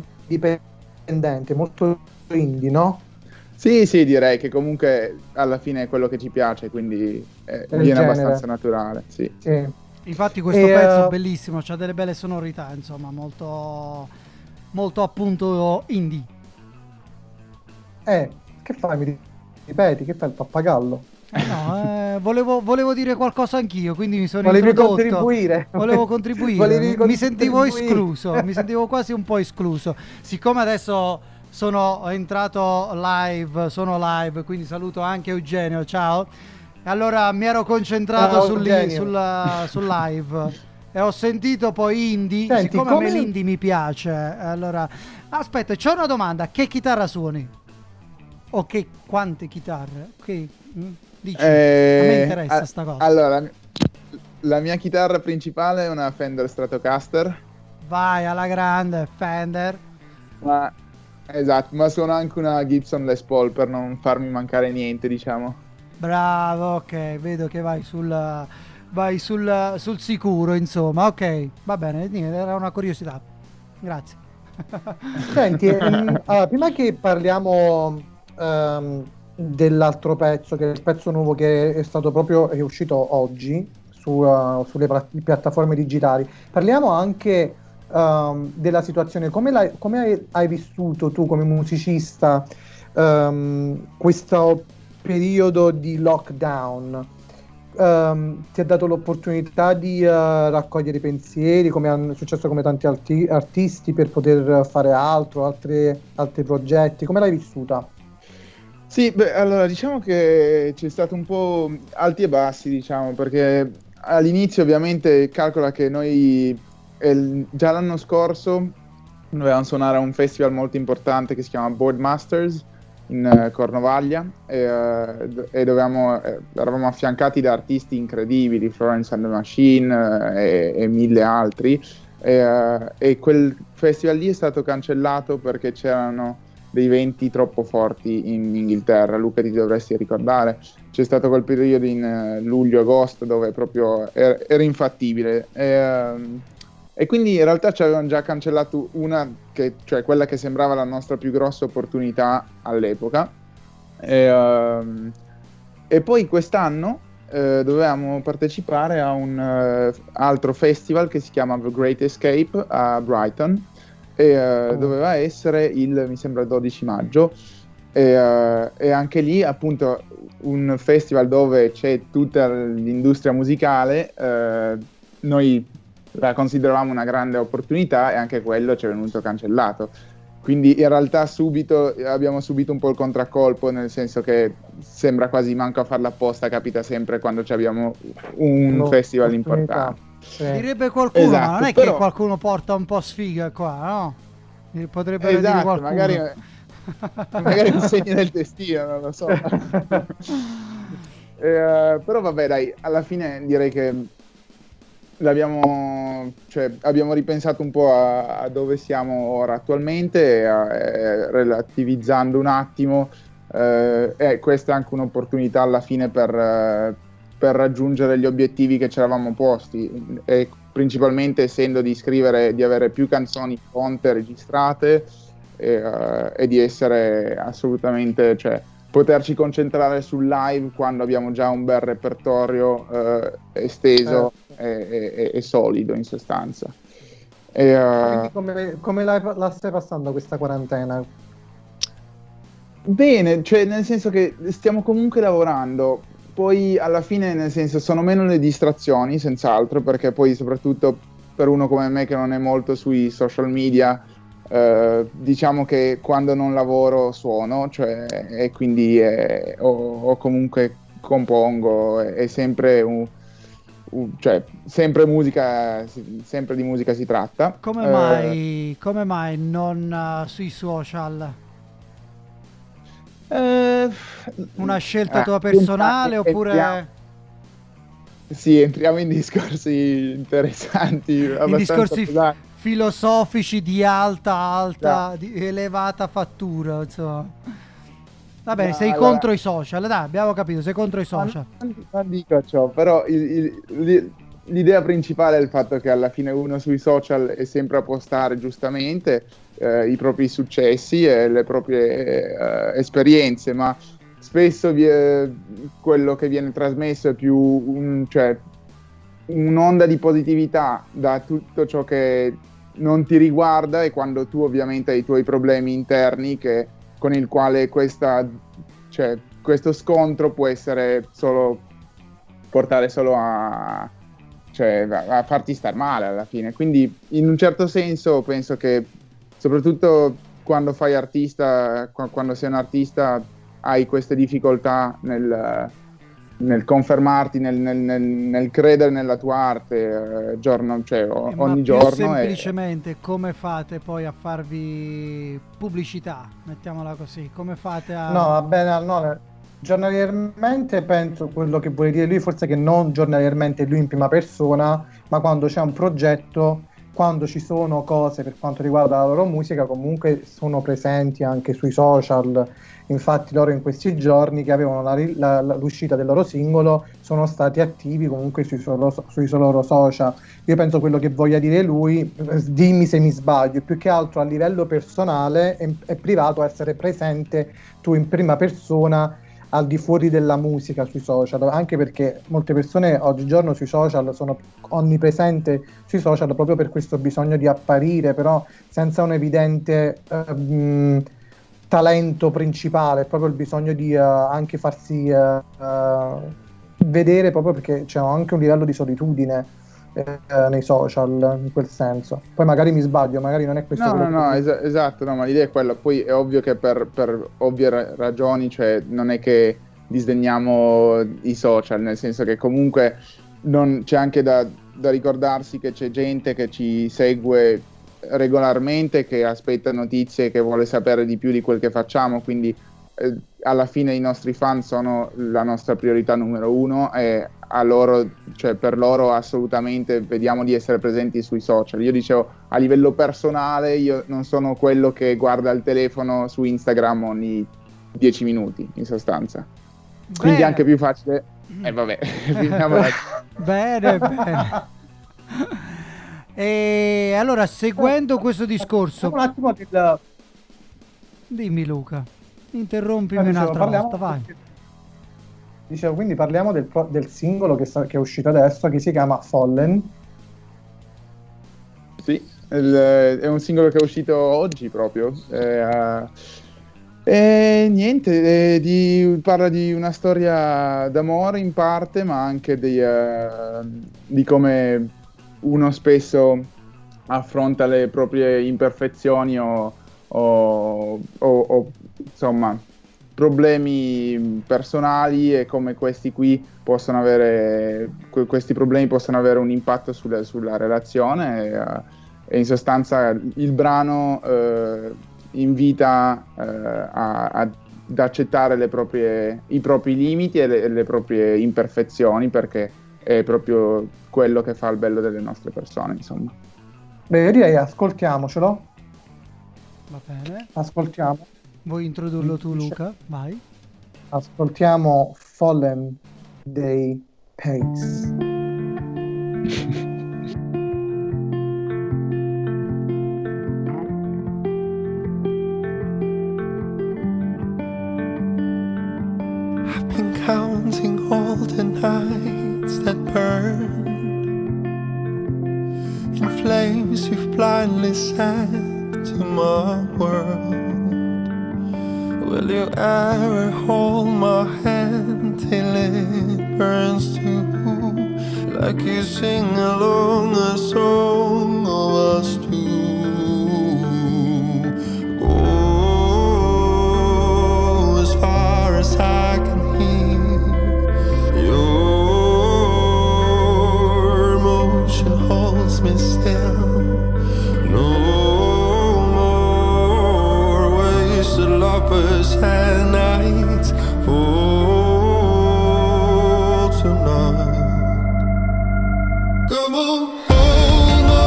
indipendente, molto indie, no? Sì, sì, direi che comunque alla fine è quello che ci piace, quindi eh, Del viene genere. abbastanza naturale, sì. Sì. Infatti questo E, pezzo eh, bellissimo, c'ha delle belle sonorità, insomma, molto molto appunto indie. Eh, che fai? Mi ripeti? Che fai il pappagallo? Eh no, eh, volevo, volevo dire qualcosa anch'io, quindi mi sono Volevi introdotto. contribuire? Volevo contribuire. Volevi mi sentivo contribuire. escluso, mi sentivo quasi un po' escluso. Siccome adesso sono entrato live, sono live, quindi saluto anche Eugenio, ciao. E allora mi ero concentrato Ciao, sul, Eugenio. sul, sul live e ho sentito poi indie. Senti, Siccome a me come- l'indie mi piace, allora aspetta, c'ho una domanda: che chitarra suoni? O che quante chitarre? Che mm? Dici, Eh, a me interessa a- sta cosa. Allora, la, la mia chitarra principale è una Fender Stratocaster, Vai alla grande, Fender. ma esatto, ma suono anche una Gibson Les Paul per non farmi mancare niente, diciamo. Bravo, ok, vedo che vai sul vai sul, sul sicuro, insomma. Ok, va bene, niente, era una curiosità. Grazie. Senti, ehm, allora, prima che parliamo ehm, dell'altro pezzo, che è il pezzo nuovo che è stato proprio è uscito oggi su, uh, sulle pla- piattaforme digitali, parliamo anche ehm, della situazione. Come, l'hai- come hai, hai vissuto tu come musicista ehm, questo periodo di lockdown? Ehm, ti ha dato l'opportunità di eh, raccogliere i pensieri, come è successo come tanti alti- artisti, per poter fare altro, altre, altri progetti? Come l'hai vissuta? Sì, beh, allora diciamo che c'è stato un po' alti e bassi, diciamo, perché all'inizio ovviamente calcola che noi eh, già l'anno scorso dovevamo suonare a un festival molto importante che si chiama Boardmasters in eh, Cornovaglia e, eh, d- e dovevamo, eh, eravamo affiancati da artisti incredibili, Florence and the Machine eh, e, e mille altri e, eh, e quel festival lì è stato cancellato perché c'erano dei venti troppo forti in Inghilterra. Luca, ti dovresti ricordare, c'è stato quel periodo in eh, luglio-agosto dove proprio era, era infattibile e, ehm, e quindi in realtà ci avevano già cancellato una, che, cioè quella che sembrava la nostra più grossa opportunità all'epoca e, ehm, e poi quest'anno eh, dovevamo partecipare a un eh, altro festival che si chiama The Great Escape a Brighton e eh, doveva essere il, mi sembra, dodici maggio E, eh, e anche lì appunto un festival dove c'è tutta l'industria musicale, eh, noi la consideravamo una grande opportunità e anche quello ci è venuto cancellato. Quindi in realtà subito abbiamo subito un po' il contraccolpo, nel senso che sembra quasi manco a farla apposta, capita sempre quando abbiamo un No, festival opportunità. importante. Sì. Direbbe qualcuno, Esatto, ma non è però- che qualcuno porta un po' sfiga qua, no? Potrebbe dire Esatto, qualcuno. magari, magari un segno del destino, non lo so. Eh, però vabbè dai, alla fine direi che l'abbiamo, cioè, abbiamo ripensato un po' a, a dove siamo ora attualmente, e a- e relativizzando un attimo, eh, e questa è anche un'opportunità alla fine per, eh, per raggiungere gli obiettivi che ci eravamo posti, e principalmente essendo di scrivere, di avere più canzoni pronte, registrate, e, eh, e di essere assolutamente, cioè, poterci concentrare sul live quando abbiamo già un bel repertorio eh, esteso e, e- e solido in sostanza. E, eh, Quindi come, come la, la stai passando questa quarantena? Bene, cioè nel senso che stiamo comunque lavorando, poi alla fine nel senso sono meno le distrazioni senz'altro, perché poi soprattutto per uno come me che non è molto sui social media, eh, diciamo che quando non lavoro suono, cioè, e quindi eh, o, o comunque compongo, è, è sempre un, un- cioè sempre musica, si- sempre di musica si tratta. Come Eh, mai, come mai non eh, sui social? eh, Una scelta eh, tua personale entriamo- oppure Sì, entriamo in discorsi interessanti, in abbastanza discorsi pesanti. filosofici di alta, alta, No. di elevata fattura, insomma. Va bene, No, sei allora- contro i social, dai, abbiamo capito, sei contro i social. Non, non dico ciò, però il- il- li- l'idea principale è il fatto che alla fine uno sui social è sempre a postare giustamente eh, i propri successi e le proprie eh, esperienze, ma spesso vi è- quello che viene trasmesso è più un- cioè, un'onda di positività da tutto ciò che non ti riguarda, e quando tu ovviamente hai i tuoi problemi interni che, con il quale questa, cioè, questo scontro può essere solo portare solo a, cioè, a a farti star male alla fine. Quindi in un certo senso penso che soprattutto quando fai artista, qua- quando sei un artista, hai queste difficoltà nel, nel confermarti, nel, nel- nel- nel credere nella tua arte eh, giorno, cioè, o- Eh, ma ogni più giorno. e- semplicemente come fate poi a farvi pubblicità, mettiamola così, come fate a... No, va bene, no, giornaliерmente penso quello che vuole dire lui, forse che non giornaliерmente lui in prima persona, ma quando c'è un progetto, quando ci sono cose per quanto riguarda la loro musica, comunque sono presenti anche sui social. Infatti loro in questi giorni che avevano la ri- la- la- l'uscita del loro singolo sono stati attivi comunque sui, solo- sui loro social. Io penso quello che voglia dire lui, eh, dimmi se mi sbaglio, più che altro a livello personale e, e privato, essere presente tu in prima persona al di fuori della musica sui social, anche perché molte persone oggigiorno sui social sono onnipresenti sui social proprio per questo bisogno di apparire, però senza un evidente eh, mh, talento principale, proprio il bisogno di eh, anche farsi eh, eh, vedere, proprio perché c'è anche un livello di solitudine eh, nei social in quel senso. Poi magari mi sbaglio, magari non è questo No, quello no, che- no, esa- esatto, no, ma l'idea è quella. Poi è ovvio che per, per ovvie ra- ragioni, cioè non è che disdegniamo i social, nel senso che comunque non, c'è anche da, da ricordarsi che c'è gente che ci segue regolarmente, che aspetta notizie, che vuole sapere di più di quel che facciamo, quindi eh, alla fine i nostri fan sono la nostra priorità numero uno, e a loro, cioè per loro assolutamente vediamo di essere presenti sui social. Io dicevo, a livello personale io non sono quello che guarda il telefono su Instagram ogni dieci minuti in sostanza, quindi Bene. è anche più facile. E eh, vabbè, finiamo la- Bene, bene. E allora, seguendo questo discorso, un attimo del... dimmi Luca, interrompimi Ah, dicevo, un'altra parliamo- volta, vai. Dicevo, quindi parliamo del, pro- del singolo che, sta- che è uscito adesso, che si chiama Fallen. Sì, il- è un singolo che è uscito oggi proprio. eh, E niente, eh, di- parla di una storia d'amore in parte, ma anche di, eh, di come uno spesso affronta le proprie imperfezioni o, o- o- o, insomma problemi personali, e come questi qui possono avere que- questi problemi possono avere un impatto sulla, sulla relazione. E, eh, e in sostanza il brano eh, invita eh, a- ad accettare le proprie, i propri limiti e le, le proprie imperfezioni, perché è proprio quello che fa il bello delle nostre persone, insomma. Beh, io direi ascoltiamocelo. Va bene. Ascoltiamo. Vuoi introdurlo tu, Luca? Vai. Ascoltiamo Fallen dei Pace. I've been counting all the nights that burn in flames you've blindly set to my world. Will you ever hold my hand till it burns too? Like you sing along a song of us two. Go as far as I can hear. Your motion holds me still. No more wasted lovers and nights for tonight. Come on, hold my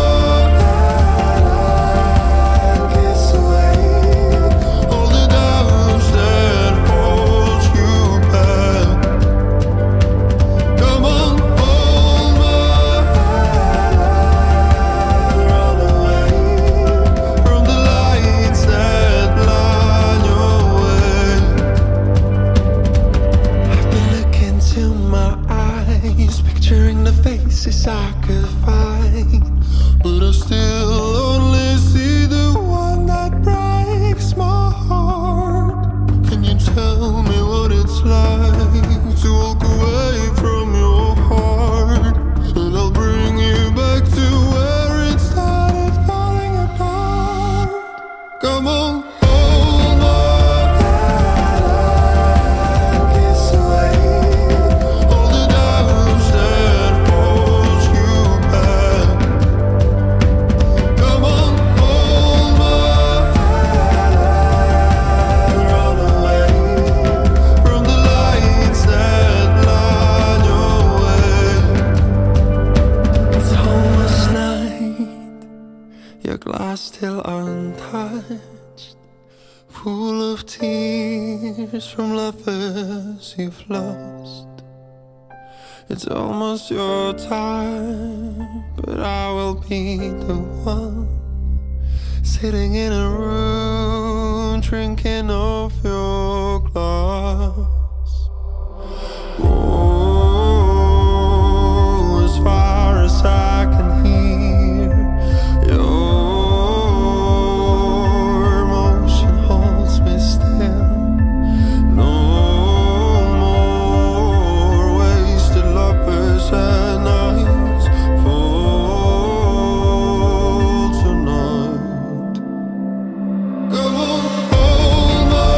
hand, kiss away all the doubts that hold you back. Come on, hold my hand, run away from the lights that blind your way. I've been looking to my eyes, picturing the faces I could find, but I still only see the one that breaks my heart. Can you tell me what it's like to walk away from your heart? And I'll bring you back to where it started falling apart. Come on, hold my hand, kiss away all the doubts that hold you back. Come on, hold my hand, run away from the lights that blind your way. It's almost night, your glass still untouched, full of tears from lovers you've lost. It's almost your time, but I will be the one sitting in a room drinking off your glass. Oh, as far as I can hear, your emotion holds me still. No more wasted lovers and nights for tonight. Come on, hold my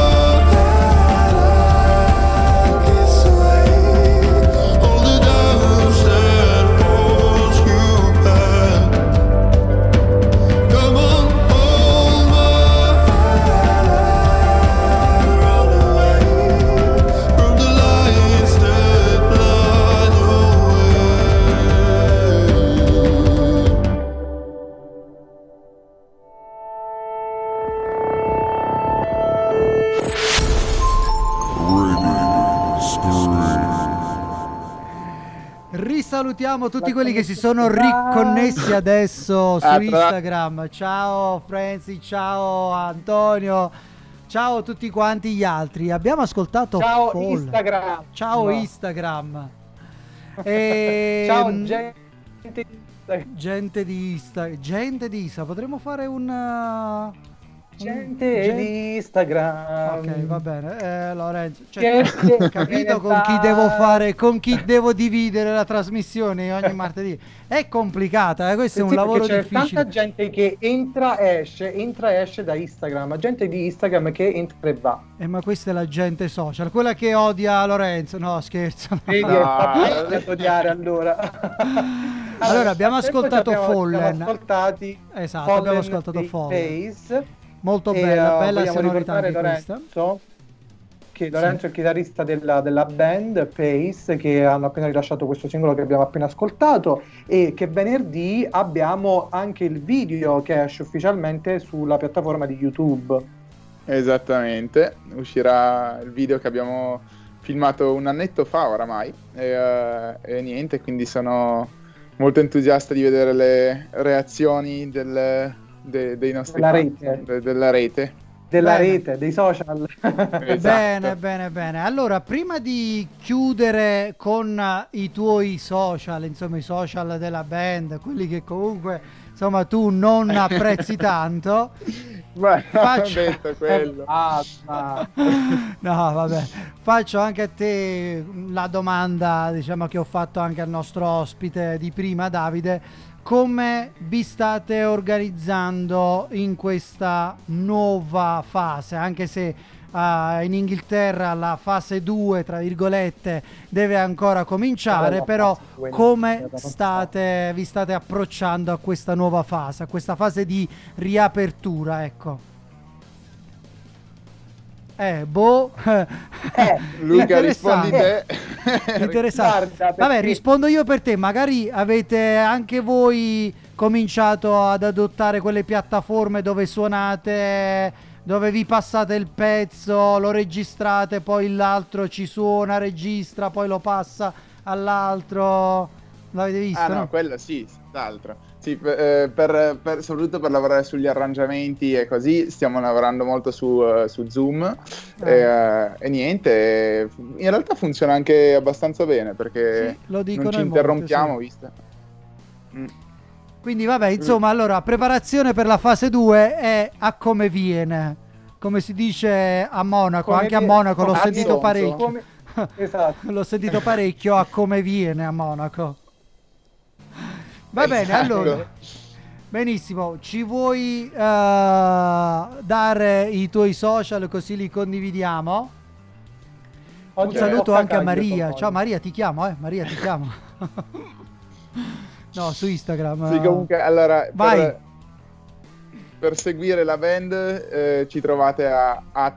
hand, kiss away all the doubts that hold you back. Come on, hold my hand, run away from the lights that blind your Risalutiamo tutti quelli che si sono riconnessi adesso su Ah, tra- Instagram. Ciao Franzi, ciao Antonio, ciao tutti quanti gli altri. Abbiamo ascoltato Ciao Fall. Instagram. Ciao No. Instagram. E... Ciao gente. gente di Insta, gente di Insta. Potremmo fare un uh, gente Gen- di Instagram. Ok, va bene. Eh, Lorenzo, cioè, Gente hai capito con chi devo fare, con chi devo dividere la trasmissione ogni martedì? È complicata, eh? Questo Eh è un sì, lavoro perché c'è difficile. tanta gente che entra e esce, entra e esce da Instagram, gente di Instagram che entra e va. Eh, ma questa è la gente social, quella che odia Lorenzo. No, scherzo. Vedi, No. è fatto da odiare allora. Allora, abbiamo nel frattempo ascoltato ci abbiamo- Fallen. abbiamo ascoltati Esatto, Fallen abbiamo ascoltato di Fallen. Pace. Molto E, bella, uh, bella vogliamo sonorità anche ricordare questa. Lorenzo, che Lorenzo è il chitarrista della, della band Pace, che hanno appena rilasciato questo singolo che abbiamo appena ascoltato, e che venerdì abbiamo anche il video che esce ufficialmente sulla piattaforma di YouTube. Esattamente, uscirà il video che abbiamo filmato un annetto fa oramai e, eh, e niente, quindi sono molto entusiasta di vedere le reazioni del, de- dei nostri Della fans, rete. de- della rete. Della Bene. rete, dei social. Esatto. Bene, bene, bene. Allora, prima di chiudere con eh, i tuoi social, insomma i social della band, quelli che comunque insomma tu non apprezzi tanto, Ma faccio... ho detto quello. Basta. No, vabbè, faccio anche a te la domanda, diciamo, che ho fatto anche al nostro ospite di prima, Davide. Come vi state organizzando in questa nuova fase? Anche se uh, in Inghilterra la fase due, tra virgolette, deve ancora cominciare, Bella però fase due, come iniziata, non state, vi state approcciando a questa nuova fase, a questa fase di riapertura, ecco? Eh, boh. Eh, Luca, rispondi te. Interessante. Guarda, perché- Vabbè, rispondo io per te. Magari avete anche voi cominciato ad adottare quelle piattaforme dove suonate, dove vi passate il pezzo, lo registrate, poi l'altro ci suona, registra, poi lo passa all'altro. L'avete visto? Ah no, no? quello sì, senz'altro. Sì, per, eh, per- per- soprattutto per lavorare sugli arrangiamenti e così, stiamo lavorando molto su, eh, su Zoom e, eh, e niente, eh, in realtà funziona anche abbastanza bene perché Sì, lo dicono non ci in molti, interrompiamo, sì. visto? Mm. Quindi vabbè, insomma, allora, preparazione per la fase due è a come viene. Come si dice a Monaco, Come anche a viene- Monaco l'ho come sentito Alonso, parecchio. come- Esatto. L'ho sentito parecchio a come viene a Monaco. Va bene, Esatto. allora. Benissimo, ci vuoi eh, dare i tuoi social così li condividiamo? Oggi Un saluto ho anche a cagato, Maria. io Ciao Maria, ti chiamo, eh. Maria, ti chiamo. No, su Instagram. Sì, comunque, allora, Vai. per, per seguire la band eh, ci trovate a at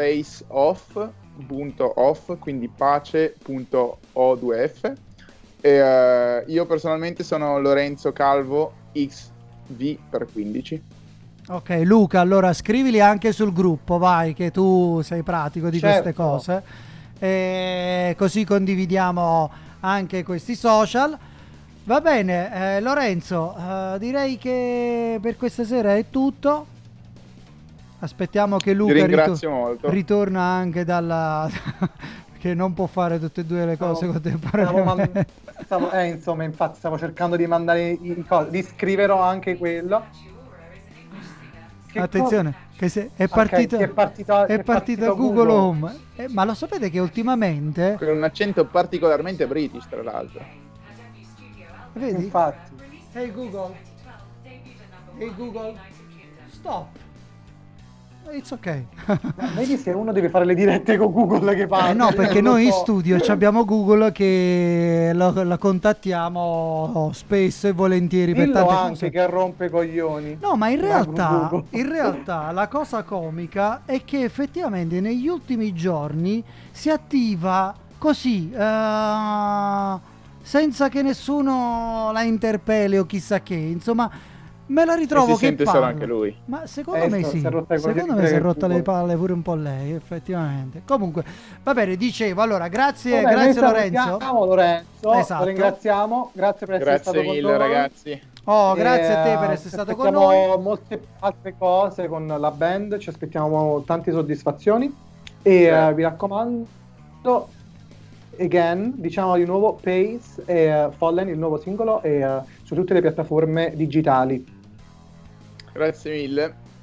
paceoff.off, quindi pace.o due f. E, eh, io personalmente sono Lorenzo Calvo X V per quindici. Ok, Luca, allora scrivili anche sul gruppo, vai, che tu sei pratico di Certo. queste cose. E così condividiamo anche questi social. Va bene, eh, Lorenzo, eh, direi che per questa sera è tutto. Aspettiamo che Ti Luca ringrazio ritor- molto. ritorna anche dalla... che non può fare tutte e due le cose Stavo- contemporaneamente. stavo man- stavo- eh, insomma, infatti stavo cercando di mandare i cose, li scriverò anche quello. Che Attenzione, che se è Ok, partito, sì, è partito- è è partito partito Google Google. Home. Eh, ma lo sapete che ultimamente... Con un accento particolarmente british, tra l'altro. Vedi? Infatti. Hey Google. Hey Google. Stop. It's ok. Vedi se uno deve fare le dirette con Google che parla. Eh no, perché non lo noi in so. studio ci abbiamo Google che lo, lo contattiamo spesso e volentieri per Dillo tante anche cose. che rompe coglioni. No, ma in Bravo realtà, Google. in realtà la cosa comica è che effettivamente negli ultimi giorni si attiva così, eh, senza che nessuno la interpelli o chissà che, insomma, me la ritrovo E si che sente parla. solo anche lui. Ma secondo Eh, me so- sì, si è rotta i coglioni secondo me si è pure rotta le Google. palle pure un po' lei, effettivamente. Comunque, va bene, dicevo, allora, grazie, Vabbè, noi grazie Lorenzo. salutiamo Lorenzo, Esatto. lo ringraziamo, grazie per essere Grazie stato con mille, noi. ragazzi. Oh, E, grazie a te per eh, essere ci stato con aspettiamo noi. molte altre cose con la band, ci aspettiamo tante soddisfazioni e Certo. eh, vi raccomando, again, diciamo di nuovo Pace e eh, Fallen, il nuovo singolo, e, eh, su tutte le piattaforme digitali. Grazie mille.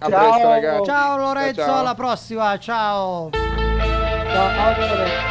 A presto, ragazzi. Ciao Lorenzo, Ciao, ciao. alla prossima, ciao. Ciao, Lorenzo.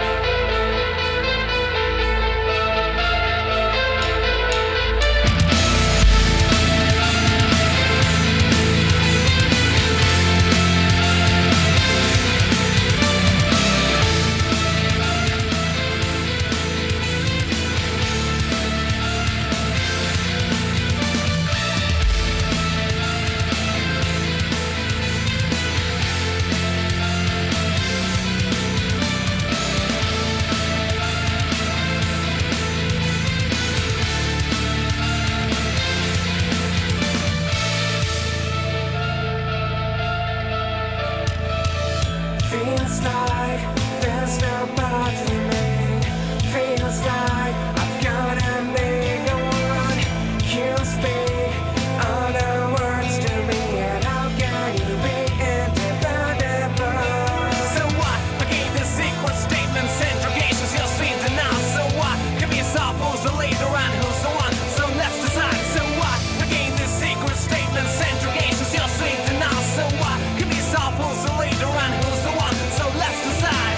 Feels like there's no part to me. Feels like I've gotta make a one. You speak other words to me, and how can you be independable? So what? I gave the secret statements, interrogations, you're sweet enough. So what? Give me a soft who's the leader and who's the one. So let's decide. So what? I gave the secret statements, interrogations, you're sweet enough. So what? Give me a soft who's the leader and who's the one. So let's decide.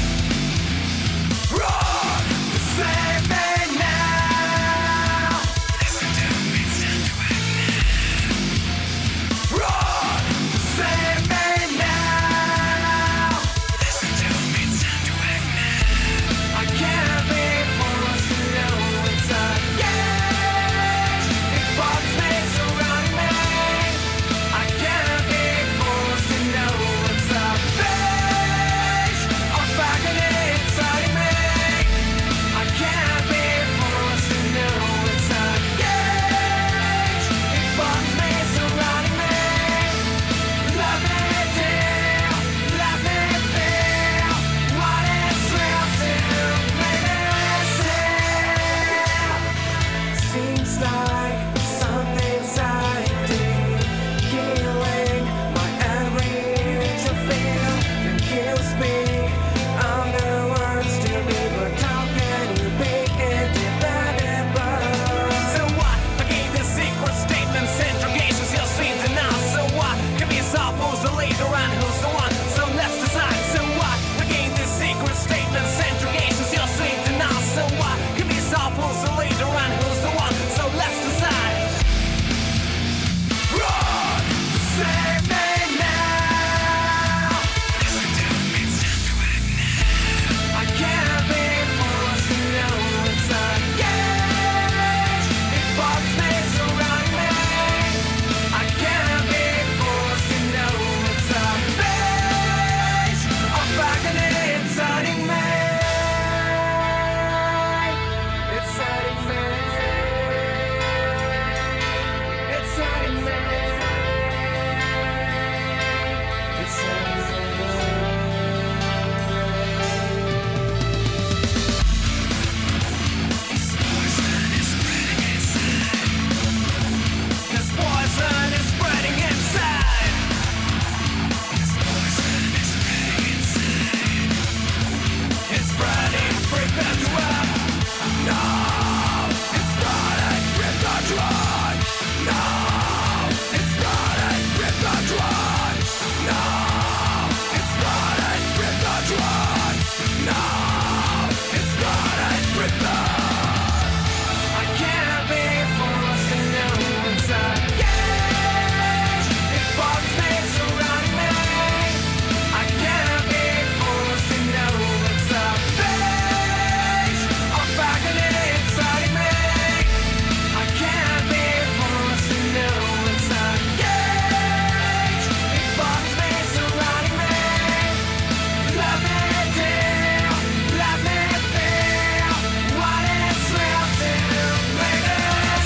Run! Save me now! Listen to me, it's time to act now. Run! Save me now! Listen to me, it's time to act now. I can't be forced to know it's a game. It bugs me surrounding me. I can't be forced to know it's a face of agony inside me. I can't be forced to know it's a cage. It bugs me surrounding me. Let me deal, let me feel what it's real to make me see. Seems like something's hiding, killing my every inch of feel. And you speak other words to me, but how can you be independable? So what? I gave the secret statements, interrogations, you're sweet enough. So what? Give me a soft who's the leader and who's the one. So let's decide. So what? I gave the secret statements, interrogations, you're sweet enough. So what? Give me a soft who's the leader and who's the one. So let's decide. Run! Save me now! Listen to me, it's time to act now. I can't be forced to know it's a cage. It bugs me surrounding me. I can't be forced to know it's a face of agony inside me. It's hurting me. It's hurting me. It's hurting me. This poison is spreading inside. This poison is spreading inside. It's spreading, prepare to act. No, it's spreading, prepare to act. No, it's spreading, prepare to act. No, it's spreading, prepare to act. No, it's spreading, prepare. I can't be forced to know it's a cage. It bugs me surrounding me. I can't be forced to know it's a face of agony inside me. I can't be forced to know it's a cage. It bugs me surrounding me. Let me deal, let me feel what it's real to make it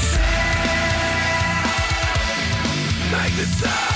see. Make the sound.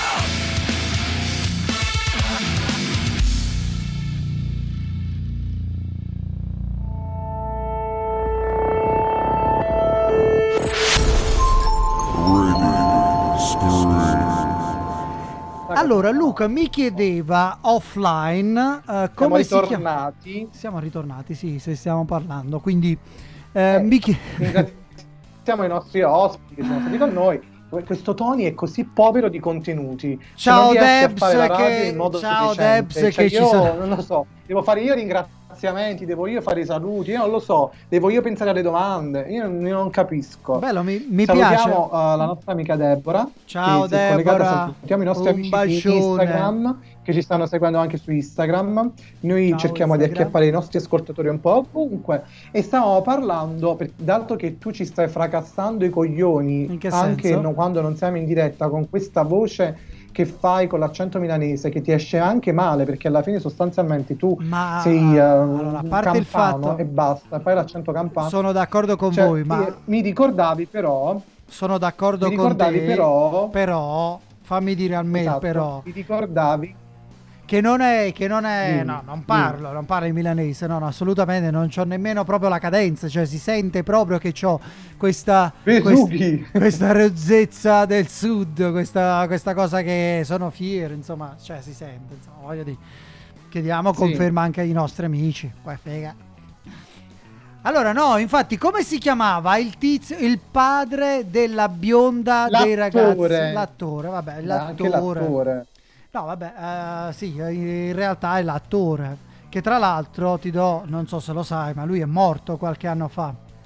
Allora, Luca mi chiedeva offline eh, come si chiama. ritornati. Siamo ritornati, sì, se stiamo parlando. Quindi eh, mi chie- Ringraziamo i nostri ospiti che sono stati con noi. questo Tony è così povero di contenuti. Ciao non riesce Debs, a fare la radio che- in modo ciao sufficiente. Debs, Cioè, che ci io sono- non lo so, devo fare io ringraziamenti, devo io fare i saluti, io non lo so, devo io pensare alle domande, io non, io non capisco. Bello, mi, mi Salutiamo piace. uh, la nostra amica Deborah. Ciao, che si è collegata. Deborah. Salutiamo i nostri Un amici bacione. di Instagram che ci stanno seguendo anche su Instagram. Noi Ciao, cerchiamo di Instagram. acchiappare i nostri ascoltatori un po' ovunque e stavamo parlando, per- dato che tu ci stai fracassando i coglioni In che anche senso? no- quando non siamo in diretta con questa voce che fai con l'accento milanese, che ti esce anche male perché alla fine sostanzialmente tu Ma sei uh, allora, a un parte il campano fatto- e basta, fai l'accento campano. Sono d'accordo con Cioè, voi, ma mi- mi ricordavi però sono d'accordo mi con ricordavi te, però- però fammi dire a me esatto, però ti ricordavi che non è che non è Dimmi, no, non parlo, non parlo in milanese, no, no, assolutamente non c'ho nemmeno proprio la cadenza, cioè si sente proprio che c'ho questa Vesughi. questa, questa rozzezza del sud, questa, questa cosa che sono fiero, insomma, cioè si sente, insomma, voglio dire. Chiediamo Sì. conferma anche ai nostri amici, poi frega. Allora, no, infatti, come si chiamava il tizio, il padre della bionda dei ragazzi? L'attore. L'attore, vabbè, anche l'attore. l'attore. No, vabbè, eh, sì, in realtà è l'attore. Che tra l'altro ti do, non so se lo sai, ma lui è morto qualche anno fa.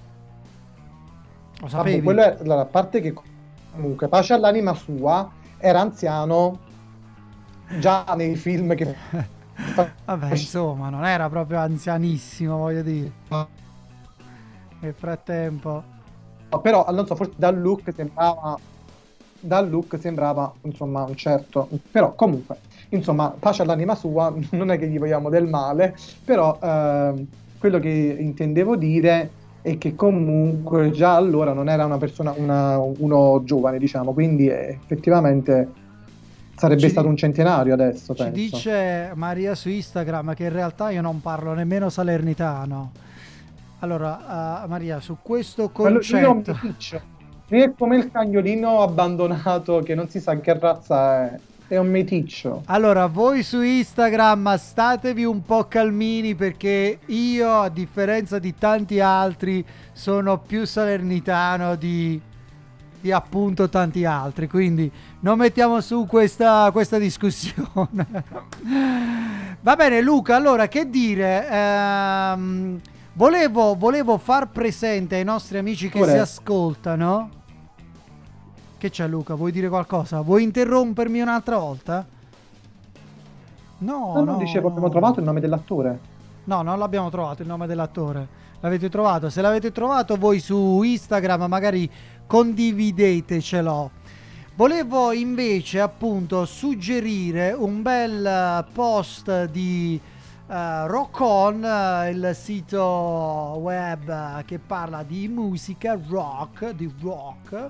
Lo Vabbè, sapevi? quello è, allora, a parte che comunque pace all'anima sua, era anziano già nei film che Vabbè, insomma, non era proprio anzianissimo, voglio dire. Nel frattempo. però non so, forse dal look sembrava dal look sembrava insomma un certo, però comunque insomma pace all'anima sua, non è che gli vogliamo del male, però ehm, quello che intendevo dire è che comunque già allora non era una persona una- uno giovane, diciamo, quindi eh, effettivamente sarebbe Ci stato di- un centenario adesso, Ci penso. dice Maria su Instagram che in realtà io non parlo nemmeno salernitano. Allora, eh, Maria, su questo Quello- io ho un concetto... meticcio. È come il cagnolino abbandonato che non si sa che razza è, è un meticcio. Allora, voi su Instagram statevi un po' calmini perché io, a differenza di tanti altri, sono più salernitano di, di appunto tanti altri, quindi non mettiamo su questa, questa discussione. Va bene, Luca, allora che dire? Ehm, volevo, volevo far presente ai nostri amici che Ora. si ascoltano. Che c'è, Luca? Vuoi dire qualcosa? Vuoi interrompermi un'altra volta? No, No, no, no, dicevo, no. abbiamo trovato il nome dell'attore. No, non l'abbiamo trovato il nome dell'attore. L'avete trovato? Se l'avete trovato voi su Instagram, magari condividetecelo. Volevo invece appunto suggerire un bel eh, post di eh, Rock On, eh, il sito web eh, che parla di musica rock, di rock,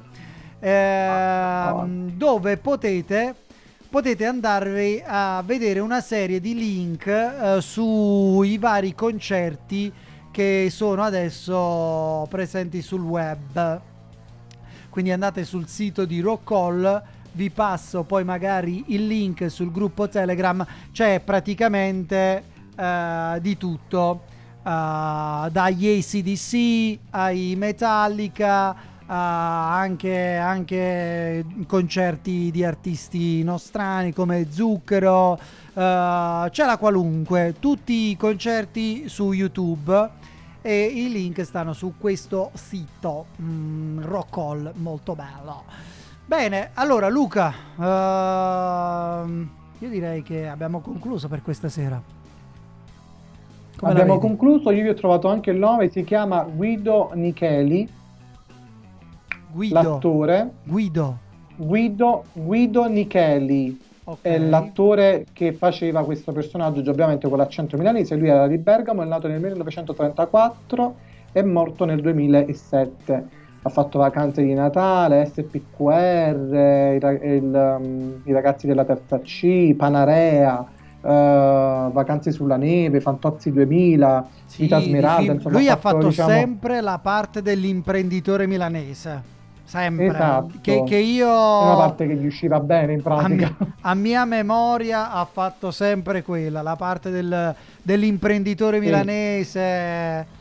ehm, dove potete potete andarvi a vedere una serie di link eh, sui vari concerti che sono adesso presenti sul web. Quindi andate sul sito di Rock All, vi passo poi magari il link sul gruppo Telegram, c'è praticamente eh, di tutto, eh, dagli A C D C ai Metallica, Uh, anche, anche concerti di artisti nostrani come Zucchero, uh, c'è la qualunque, tutti i concerti su YouTube e i link stanno su questo sito, mm, Rock All, molto bello. Bene, allora Luca, uh, io direi che abbiamo concluso per questa sera. Come la Abbiamo vedi? concluso, io vi ho trovato anche il nome, si chiama Guido Nicheli, Guido. l'attore. Guido. Guido, Guido Nicheli è l'attore che faceva questo personaggio, già ovviamente con l'accento milanese. Lui era di Bergamo, è nato nel millenovecentotrentaquattro, è morto nel duemilasette. Ha fatto Vacanze di Natale, S P Q R, i, ra- il, um, i ragazzi della terza C, Panarea, uh, Vacanze sulla neve, Fantozzi duemila, Sì, Vita di Smeralda. film. Insomma, Lui ha fatto diciamo, sempre la parte dell'imprenditore milanese. Sempre. Esatto. Che, che io. È una parte che gli usciva bene in A, pratica. mi- a mia memoria ha fatto sempre quella, la parte del- dell'imprenditore Sì. milanese.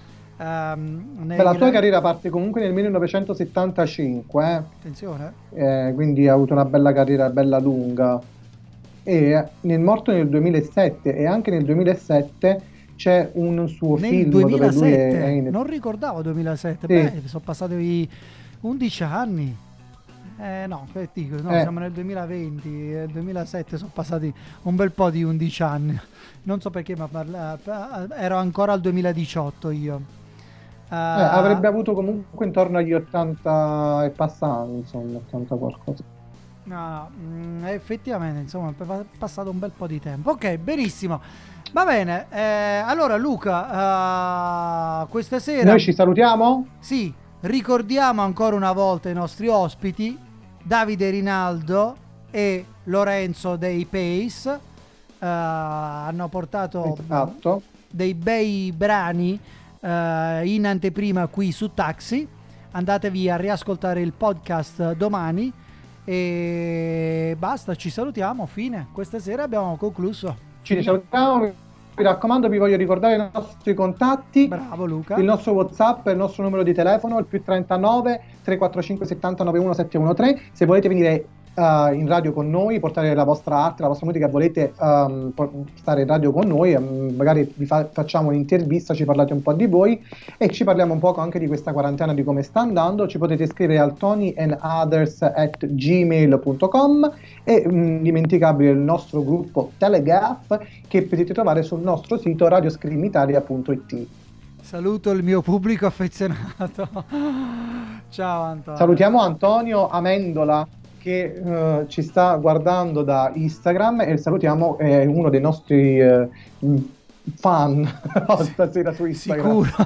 Um, nei Beh, la sua grandi... carriera parte comunque nel millenovecentosettantacinque, eh. Attenzione. Eh, quindi ha avuto una bella carriera, bella lunga. E nel morto nel duemilasette e anche nel duemilasette c'è un suo nel film duemilasette, dove lui è in... non ricordavo duemilasette, Sì. beh, sono passati undici anni. Eh no, che dico, no, Eh. siamo nel duemilaventi, nel duemilasette sono passati un bel po' di undici anni. Non so perché, ma parla... ero ancora al duemiladiciotto io. Uh, Eh, avrebbe avuto comunque intorno agli ottanta e passati, insomma, ottanta qualcosa. No, no, mm, effettivamente, insomma, è pa- passato un bel po' di tempo. Ok, benissimo. Va bene, eh, allora Luca, uh, questa sera... Noi ci salutiamo? Sì, ricordiamo ancora una volta i nostri ospiti, Davide Rinaldo e Lorenzo dei Pace. Uh, hanno portato Esatto. dei bei brani uh, in anteprima qui su Taxi. Andatevi a riascoltare il podcast domani. E basta, ci salutiamo, fine. Questa sera abbiamo concluso. Ci salutiamo, mi raccomando, vi voglio ricordare i nostri contatti. Bravo Luca. Il nostro WhatsApp, il nostro numero di telefono, il più trentanove trequatrocinque settanta novantuno settecentotredici. Se volete venire uh, in radio con noi, portare la vostra arte, la vostra musica, volete um, por- stare in radio con noi, um, magari vi fa- facciamo un'intervista, ci parlate un po' di voi e ci parliamo un po' anche di questa quarantena, di come sta andando. Ci potete scrivere al tonyandothers at gmail punto com e um, dimenticabile il nostro gruppo Telegraph che potete trovare sul nostro sito radioscreamitalia punto it. Saluto il mio pubblico affezionato. Ciao Antonio. Salutiamo Antonio Amendola che uh, ci sta guardando da Instagram e salutiamo, è uno dei nostri uh, fan stasera su Instagram. Sicuro.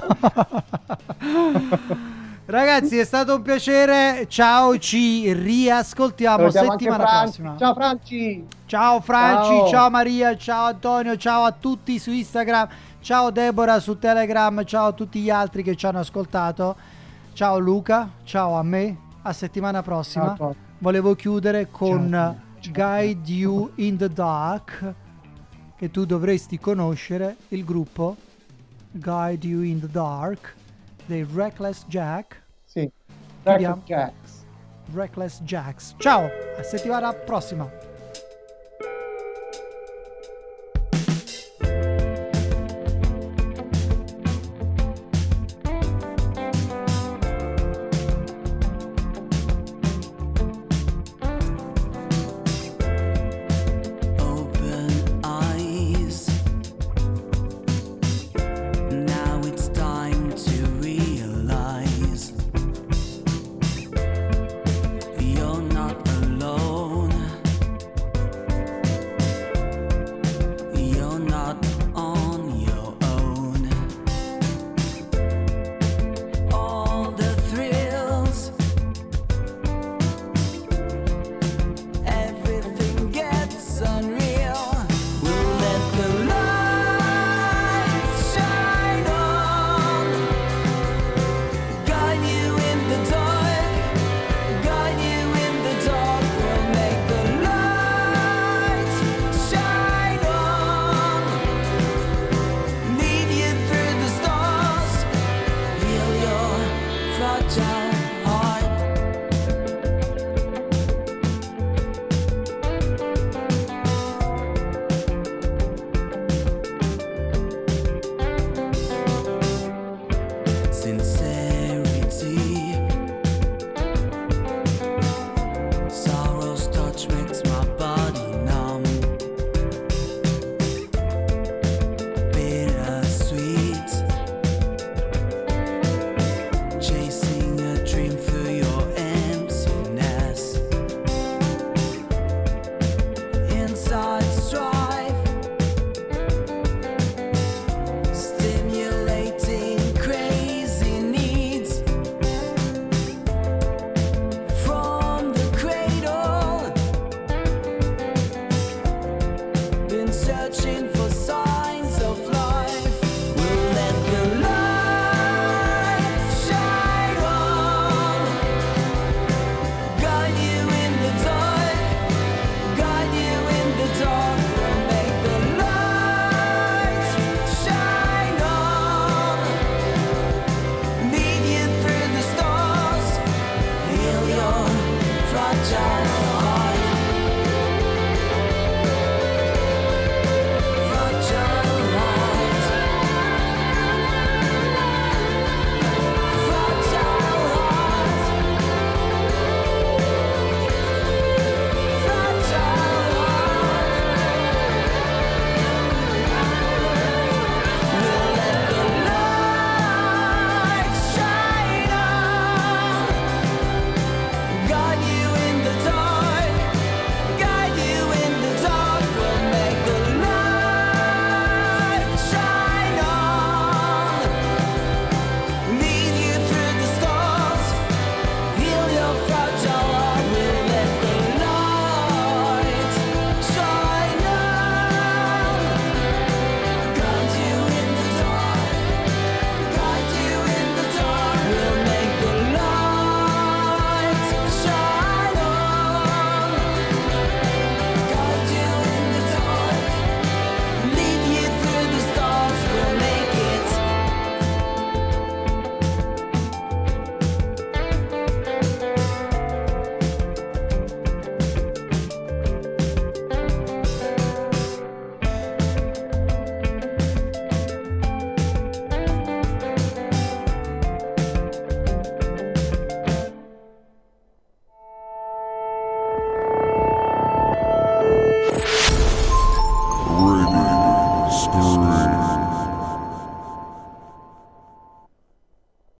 Ragazzi, è stato un piacere. Ciao, ci riascoltiamo Salutiamo settimana anche Franci. prossima. Ciao Franci. Ciao Franci, Ciao. ciao Maria, ciao Antonio, ciao a tutti su Instagram, ciao Deborah su Telegram, ciao a tutti gli altri che ci hanno ascoltato. Ciao Luca, ciao a me, a settimana prossima. Ciao. Volevo chiudere con Ciao. Guide You in the Dark, che tu dovresti conoscere, il gruppo Guide You in the Dark dei Reckless Jack. Sì, Chiudiamo. Reckless Jacks. Reckless Jacks. Ciao, a settimana prossima.